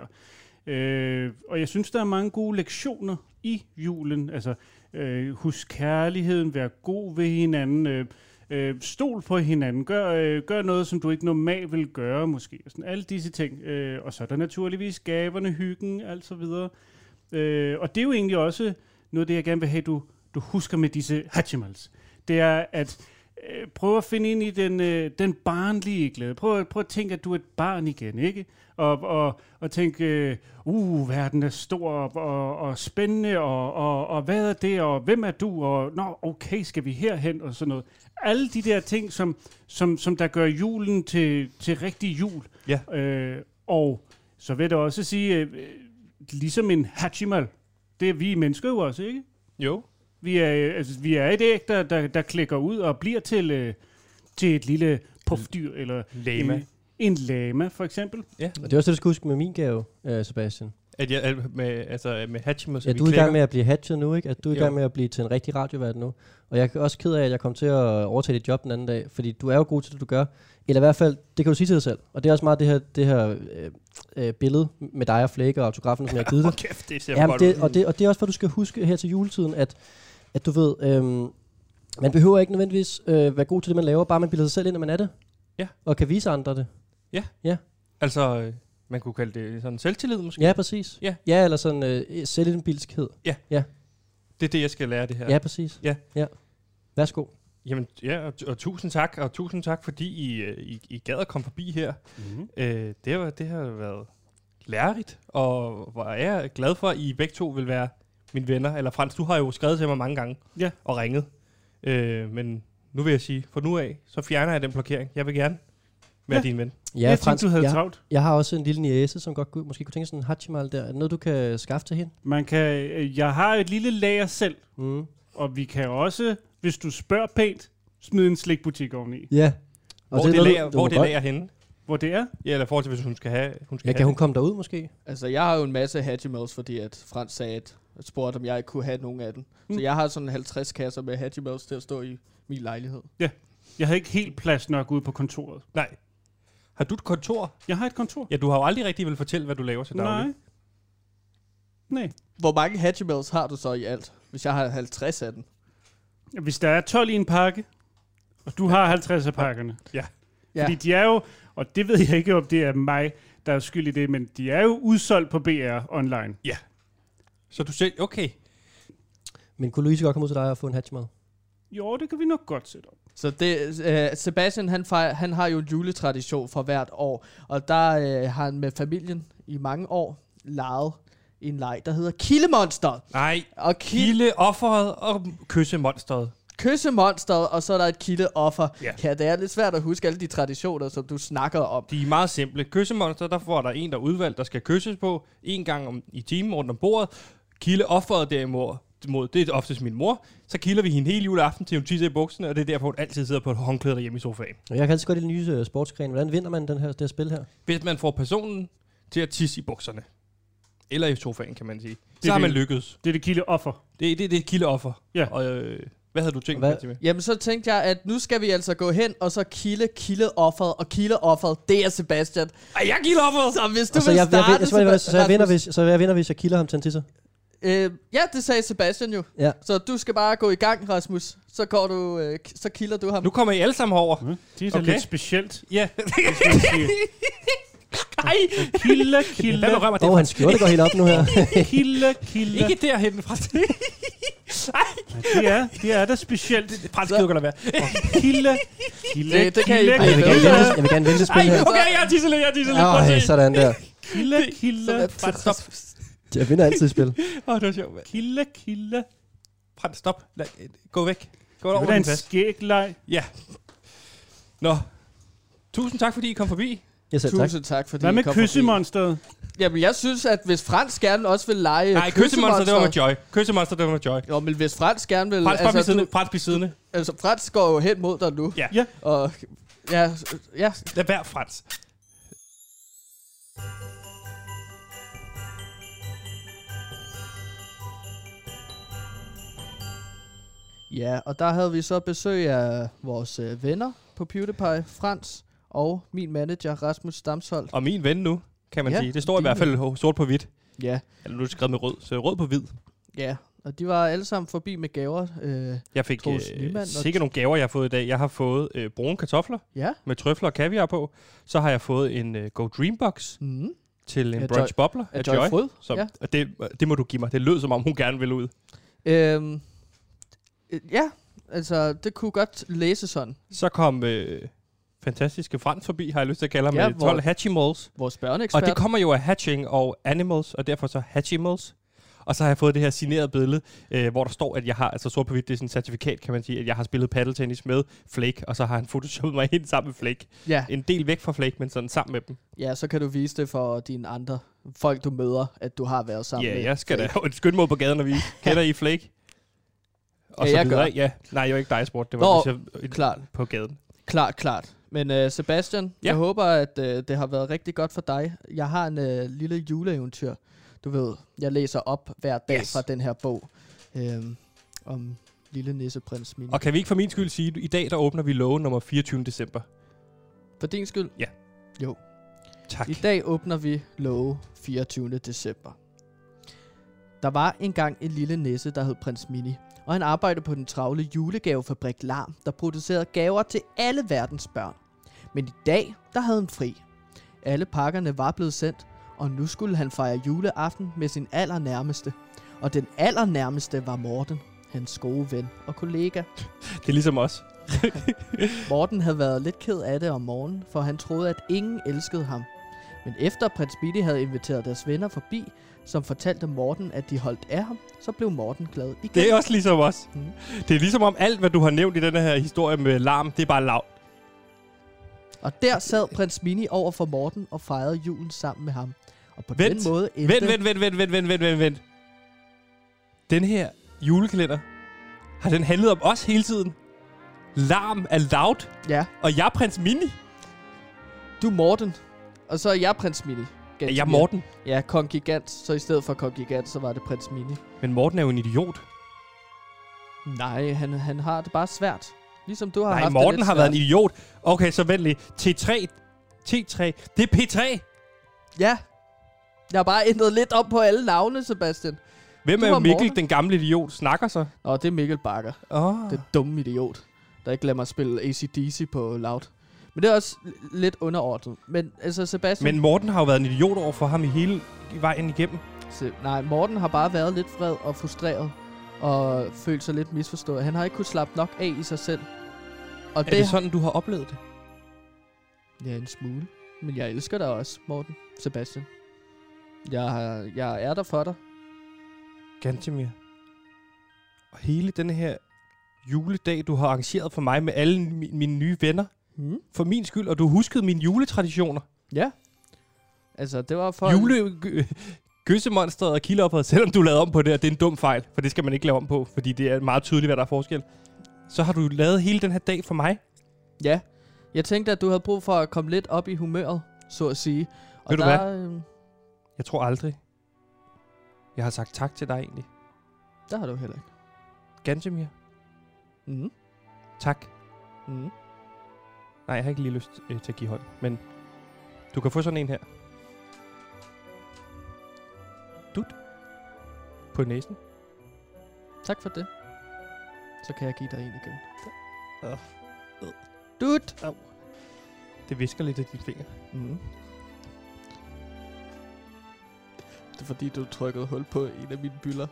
Og jeg synes, der er mange gode lektioner i julen. Altså, husk kærligheden, vær god ved hinanden, stol på hinanden, gør noget, som du ikke normalt vil gøre, måske. Sådan, alle disse ting. Og så er der naturligvis gaverne, hyggen, alt så videre. Og det er jo egentlig også noget af det, jeg gerne vil have, du husker med disse Hatchimals. Det er at prøve at finde ind i den barnlige glæde. Prøv at tænke, at du er et barn igen, ikke? Og tænke, verden er stor og spændende, og hvad er det, og hvem er du, og okay, skal vi herhen, og sådan noget. Alle de der ting, som der gør julen til rigtig jul. Ja. Og så vil jeg også sige, ligesom en Hatchimal, det er vi mennesker jo også, ikke? Jo. Vi er et æg, der klikker ud og bliver til et lille puffdyr, eller Lama. En lama, for eksempel. Ja. Og det er også det, du skal huske med min gave, Sebastian. At jeg, med Hatchimals, Ja, du er i gang med at blive hatchet nu, ikke? At du er i gang med at blive til en rigtig radiovært nu. Og jeg er også ked af, at jeg kom til at overtage dit job den anden dag, fordi du er jo god til det, du gør. Eller i hvert fald, det kan du sige til dig selv. Og det er også meget det her billede med dig og Flake og autografen, som jeg har givet dig. Kæft, det ser godt ud. Og det er også, hvad du skal huske her til juletiden, at du ved, man behøver ikke nødvendigvis være god til det, man laver, bare man bilder sig selv ind, når man er det. Ja. Og kan vise andre det. Ja. Altså, man kunne kalde det sådan selvtillid måske? Ja, præcis. Ja, eller sådan selvindbilskhed. Ja. Det er det, jeg skal lære det her. Ja, præcis. Ja. Værsgo. Jamen, ja, og tusind tak. Og tusind tak, fordi I gad at komme forbi her. Mm-hmm. Det har været lærerigt, og hvor er jeg glad for, at I begge to vil være mine venner. Eller Frans, du har jo skrevet til mig mange gange og ringet. Men nu vil jeg sige, for nu af, så fjerner jeg den blokering. Jeg vil gerne være din ven. Ja, Jeg Frans, tænkte, du havde travlt. jeg har også en lille niece, som godt måske kunne tænke sådan en Hachimal der. Er det noget, du kan skaffe til hende? Jeg har et lille lager selv, og vi kan også, hvis du spørger pænt, smide en slikbutik oveni. Ja. Hvor det lager henne? Hvor det er? Ja, eller i forhold til, hvis hun skal have... Kan hun komme derud måske? Altså, jeg har jo en masse Hatchimals, fordi at Frans sagde, at spurgte, om jeg ikke kunne have nogen af dem. Så jeg har sådan 50 kasser med Hatchimals til at stå i min lejlighed. Ja. Jeg har ikke helt plads nok ude på kontoret. Nej. Har du et kontor? Jeg har et kontor. Ja, du har jo aldrig rigtig vil fortælle, hvad du laver til daglig. Nej. Hvor mange Hatchimals har du så i alt, hvis jeg har 50 af dem? Hvis der er 12 i en pakke, og du har 50 af pakkerne. Ja. Fordi de er jo, og det ved jeg ikke, om det er mig, der er skyld i det, men de er jo udsolgt på BR online. Ja. Så du selv, okay. Men kunne Louise godt komme ud til dig og få en Hatchimal? Jo, det kan vi nok godt sætte op. Så det, Sebastian, han har jo en juletradition for hvert år, og der har han med familien i mange år leget en leg, der hedder Kildemonsteret. Nej, og kildeofferet og kyssemonsteret. Kyssemonsteret, og så er der et kildeoffer. Ja. Ja, det er lidt svært at huske alle de traditioner, som du snakker om. De er meget simple. Kyssemonster, der får der en, der er udvalgt, der skal kysses på en gang i timen rundt om bordet. Kildeofferet derimod, det er oftest min mor. Så kilder vi hende hele juleaften til hun tisser i bukserne, og det er derfor, hun altid sidder på et håndklæde derhjemme i sofaen. Jeg kan altid godt lide nye sportsgren. Hvordan vinder man det her spil her? Hvis man får personen til at tisse i bukserne. Eller i sofaen, kan man sige. Så har man lykkedes. Det er det kildeoffer. Det er det kildeoffer. Ja. Og hvad havde du tænkt med? Jamen, så tænkte jeg, at nu skal vi altså gå hen og så kildeofferet, og kildeofferet, det er Sebastian. Ej, jeg kildeofferet! Så hvis du vil starte... Så jeg vinder, hvis jeg kilder ham til en tisser? Ja, det sagde Sebastian jo. Ja. Så du skal bare gå i gang, Rasmus. Så går du, så kilder du ham. Nu kommer I alle sammen over. Det er lidt specielt. Ja. Ej! Kilde. Hans skjorte går helt op nu her. Kilde. Ikke derhen fra det er da specielt. Fransk gider godt at være. Kilde. Det kan I jeg vil gerne vente spil her. Okay, jeg tisser lidt. Sådan der. Kilde. Frans, stop. Jeg vinder altid i spil. Det var sjovt. Kilde. Frans, stop. Gå væk. Gå over det er en skægleg. Ja. Nå. Tusind tak, fordi I kom forbi. Tusind tak, fordi hvad med kyssemonsteret? Jamen, jeg synes, at hvis Frans gerne også vil lege nej, kyssemonster, det var med Joy. Kyssemonster, det var med Joy. Jo, men hvis Frans gerne vil... Frans bliver siddende. Altså, Frans går jo hen mod dig nu. Ja. Og... Ja. Lad være, Frans. Ja, og der havde vi så besøg af vores venner på PewDiePie, Frans og min manager, Rasmus Stamsholt. Og min ven nu, kan man sige. Det står i hvert fald sort på hvidt. Ja. Eller nu er det skrevet med rød, så rød på hvid. Ja, og de var alle sammen forbi med gaver. Jeg fik sikkert nogle gaver, jeg har fået i dag. Jeg har fået brune kartofler med trøfler og kaviar på. Så har jeg fået en Go Dreambox til en brunch bobler af Joy. Og det må du give mig. Det lød som om, hun gerne vil ud. Ja, altså det kunne godt læse sådan. Så kom fantastiske Frans forbi, har jeg lyst til at kalde ham, med 12 Hatchimals. Vores børneekspert. Og det kommer jo af hatching og animals, og derfor så Hatchimals. Og så har jeg fået det her signerede billede, hvor der står, at jeg har, altså sort på hvidt, det er sådan et certifikat, kan man sige, at jeg har spillet paddeltennis med Flake, og så har han photoshoppet mig ind sammen med Flake. Ja. En del væk fra Flake, men sådan sammen med dem. Ja, så kan du vise det for dine andre folk, du møder, at du har været sammen med. Ja, jeg skal da en skøn måde på gaden og vise. Kender I Flake? Og så videre. Ja, nej, jeg var ikke dig, sport. Det var klart på gaden. Klart. Men Sebastian, jeg håber, at det har været rigtig godt for dig. Jeg har en lille juleeventyr. Du ved, jeg læser op hver dag fra den her bog om lille nisseprins Mini. Og kan vi ikke for min skyld sige, at i dag der åbner vi låge nummer 24. december? For din skyld? Ja. Jo. Tak. I dag åbner vi låge 24. december. Der var engang en lille nisse, der hed Prins Mini. Og han arbejdede på den travle julegavefabrik Larm, der producerede gaver til alle verdens børn. Men i dag, der havde han fri. Alle pakkerne var blevet sendt, og nu skulle han fejre juleaften med sin allernærmeste. Og den allernærmeste var Morten, hans gode ven og kollega. Det er ligesom os. Morten havde været lidt ked af det om morgenen, for han troede, at ingen elskede ham. Men efter Prins Mini havde inviteret deres venner forbi, som fortalte Morten, at de holdt af ham, så blev Morten glad igen. Det er også ligesom os. Mm. Det er ligesom om alt, hvad du har nævnt i den her historie med larm, det er bare lav. Og der sad prins Mini over for Morten og fejrede julen sammen med ham. Og på den måde endte... Vent. Den her julekalender, har den handlet om os hele tiden? Larm er loud, Ja, og jeg er prins Mini. du er Morten, og så er jeg prins Mini. Er jeg Morten? Ja, Kong Gigant. Så i stedet for Kong Gigant, så var det prins Mini. Men Morten er jo en idiot. Nej, han har det bare svært. Ligesom du har Nej, haft Morten det lidt har været en svært. idiot. Okay, så vent lige. T3. Det er P3. Ja. Jeg har bare ændret lidt op på alle navne, Sebastian. Hvem Du er var Mikkel, Morten. den gamle idiot, snakker så? Nå, det er Mikkel Bakker. Det dumme idiot, der ikke lader mig spille AC/DC på loud. Men det er også lidt underordnet. Men altså, Sebastian... Men Morten har jo været en idiot over for ham i hele vejen igennem. Nej, Morten har bare været lidt vred og frustreret. Og følt sig lidt misforstået. Han har ikke kunnet slappe nok af i sig selv. Og Er det sådan, du har oplevet det? Ja, en smule. Men jeg elsker dig også, Morten. Sebastian. Jeg er der for dig. Gantemir. Og hele den her juledag, du har arrangeret for mig med alle mine nye venner. Hmm? For min skyld, og du huskede mine juletraditioner. Ja. Altså, det var for... Gøssemonsteret og kildeopperet, selvom du lavede om på det, og det er en dum fejl, for det skal man ikke lave om på, fordi det er meget tydeligt, hvad der er forskel. Så har du lavet hele den her dag for mig. Ja. Jeg tænkte, at du havde brug for at komme lidt op i humøret, så at sige. Og Ved du hvad? Jeg tror aldrig, jeg har sagt tak til dig egentlig. Der har du heller ikke. Gantemir. Mhm. Tak. Mhm. Nej, jeg har ikke lige lyst til at give hånd, men du kan få sådan en her. Dut. På næsen. Tak for det. Så kan jeg give dig en igen. Øh. Dut! Au. Det visker lidt af dine fingre. Mhm. Det er fordi, du trykkede hul på en af mine byller.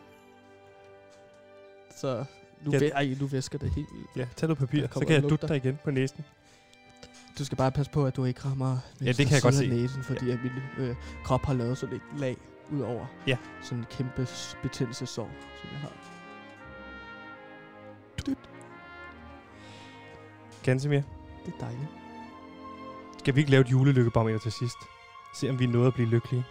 Så nu væsker det helt vildt. Ja, tag noget papir, Der så kommer kan jeg lugter. dutte dig igen på næsen. Du skal bare passe på, at du ikke rammer Ja, det kan jeg godt side af se. næsen, fordi at min krop har lavet sådan et lag ud over. Ja. Sådan en kæmpe betændelsessår, som jeg har. Gantemir, Det er dejligt. skal vi ikke lave et julelykkebarometer til sidst? Se om vi er nået at blive lykkelige.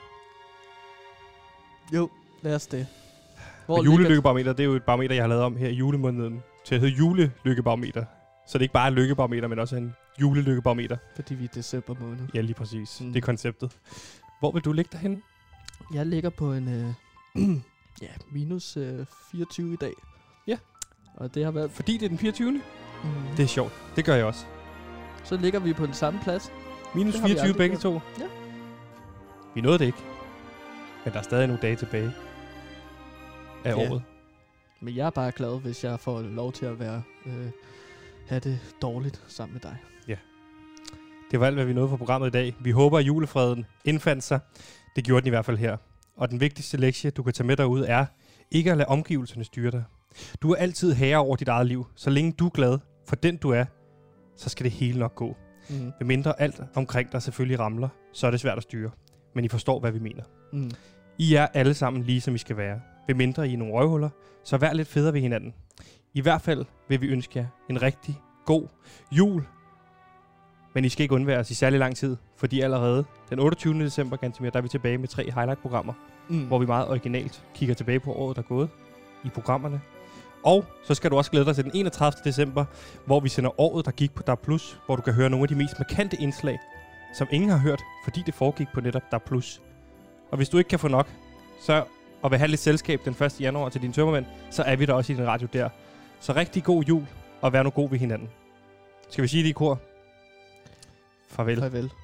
Jo, lad os det. Og julelykkebarometer, det er jo et barometer, jeg har lavet om her i julemåneden til at hedde julelykkebarometer. Så det er ikke bare et lykkebarometer, men også en julelykkebarometer. Fordi vi er december måned. Ja, lige præcis. Mm. Det er konceptet. Hvor vil du ligge derhen? Jeg ligger på en minus 24 i dag. Ja. Og det har været... Fordi det er den 24. Mm. Det er sjovt. Det gør jeg også. Så ligger vi på den samme plads. Minus Det har vi 24 aldrig begge gjort. to. Ja. Vi nåede det ikke. Men der er stadig nogle dage tilbage af Ja. året. Men jeg er bare glad, hvis jeg får lov til at have det dårligt sammen med dig. Det var alt, hvad vi nåede for programmet i dag. Vi håber, at julefreden indfandt sig. Det gjorde den i hvert fald her. Og den vigtigste lektie, du kan tage med derud, er ikke at lade omgivelserne styre dig. Du er altid herre over dit eget liv. Så længe du er glad for den, du er, så skal det hele nok gå. Mm. Ved mindre alt omkring dig selvfølgelig ramler, så er det svært at styre. Men I forstår, hvad vi mener. Mm. I er alle sammen lige, som I skal være. Ved mindre I er nogle røvhuller, så vær lidt federe ved hinanden. I hvert fald vil vi ønske jer en rigtig god jul. Men I skal ikke undvære os i særlig lang tid, fordi allerede den 28. december, Gantemir, der er vi tilbage med 3 highlight-programmer, hvor vi meget originalt kigger tilbage på året, der er gået i programmerne. Og så skal du også glæde dig til den 31. december, hvor vi sender året, der gik på DAB+, hvor du kan høre nogle af de mest markante indslag, som ingen har hørt, fordi det foregik på netop DAB+. Og hvis du ikke kan få nok, så og vil have lidt selskab den 1. januar til dine tømmermænd, så er vi der også i din radio der. Så rigtig god jul, og vær nu god ved hinanden. Skal vi sige det i kor? Farvel. Farvel.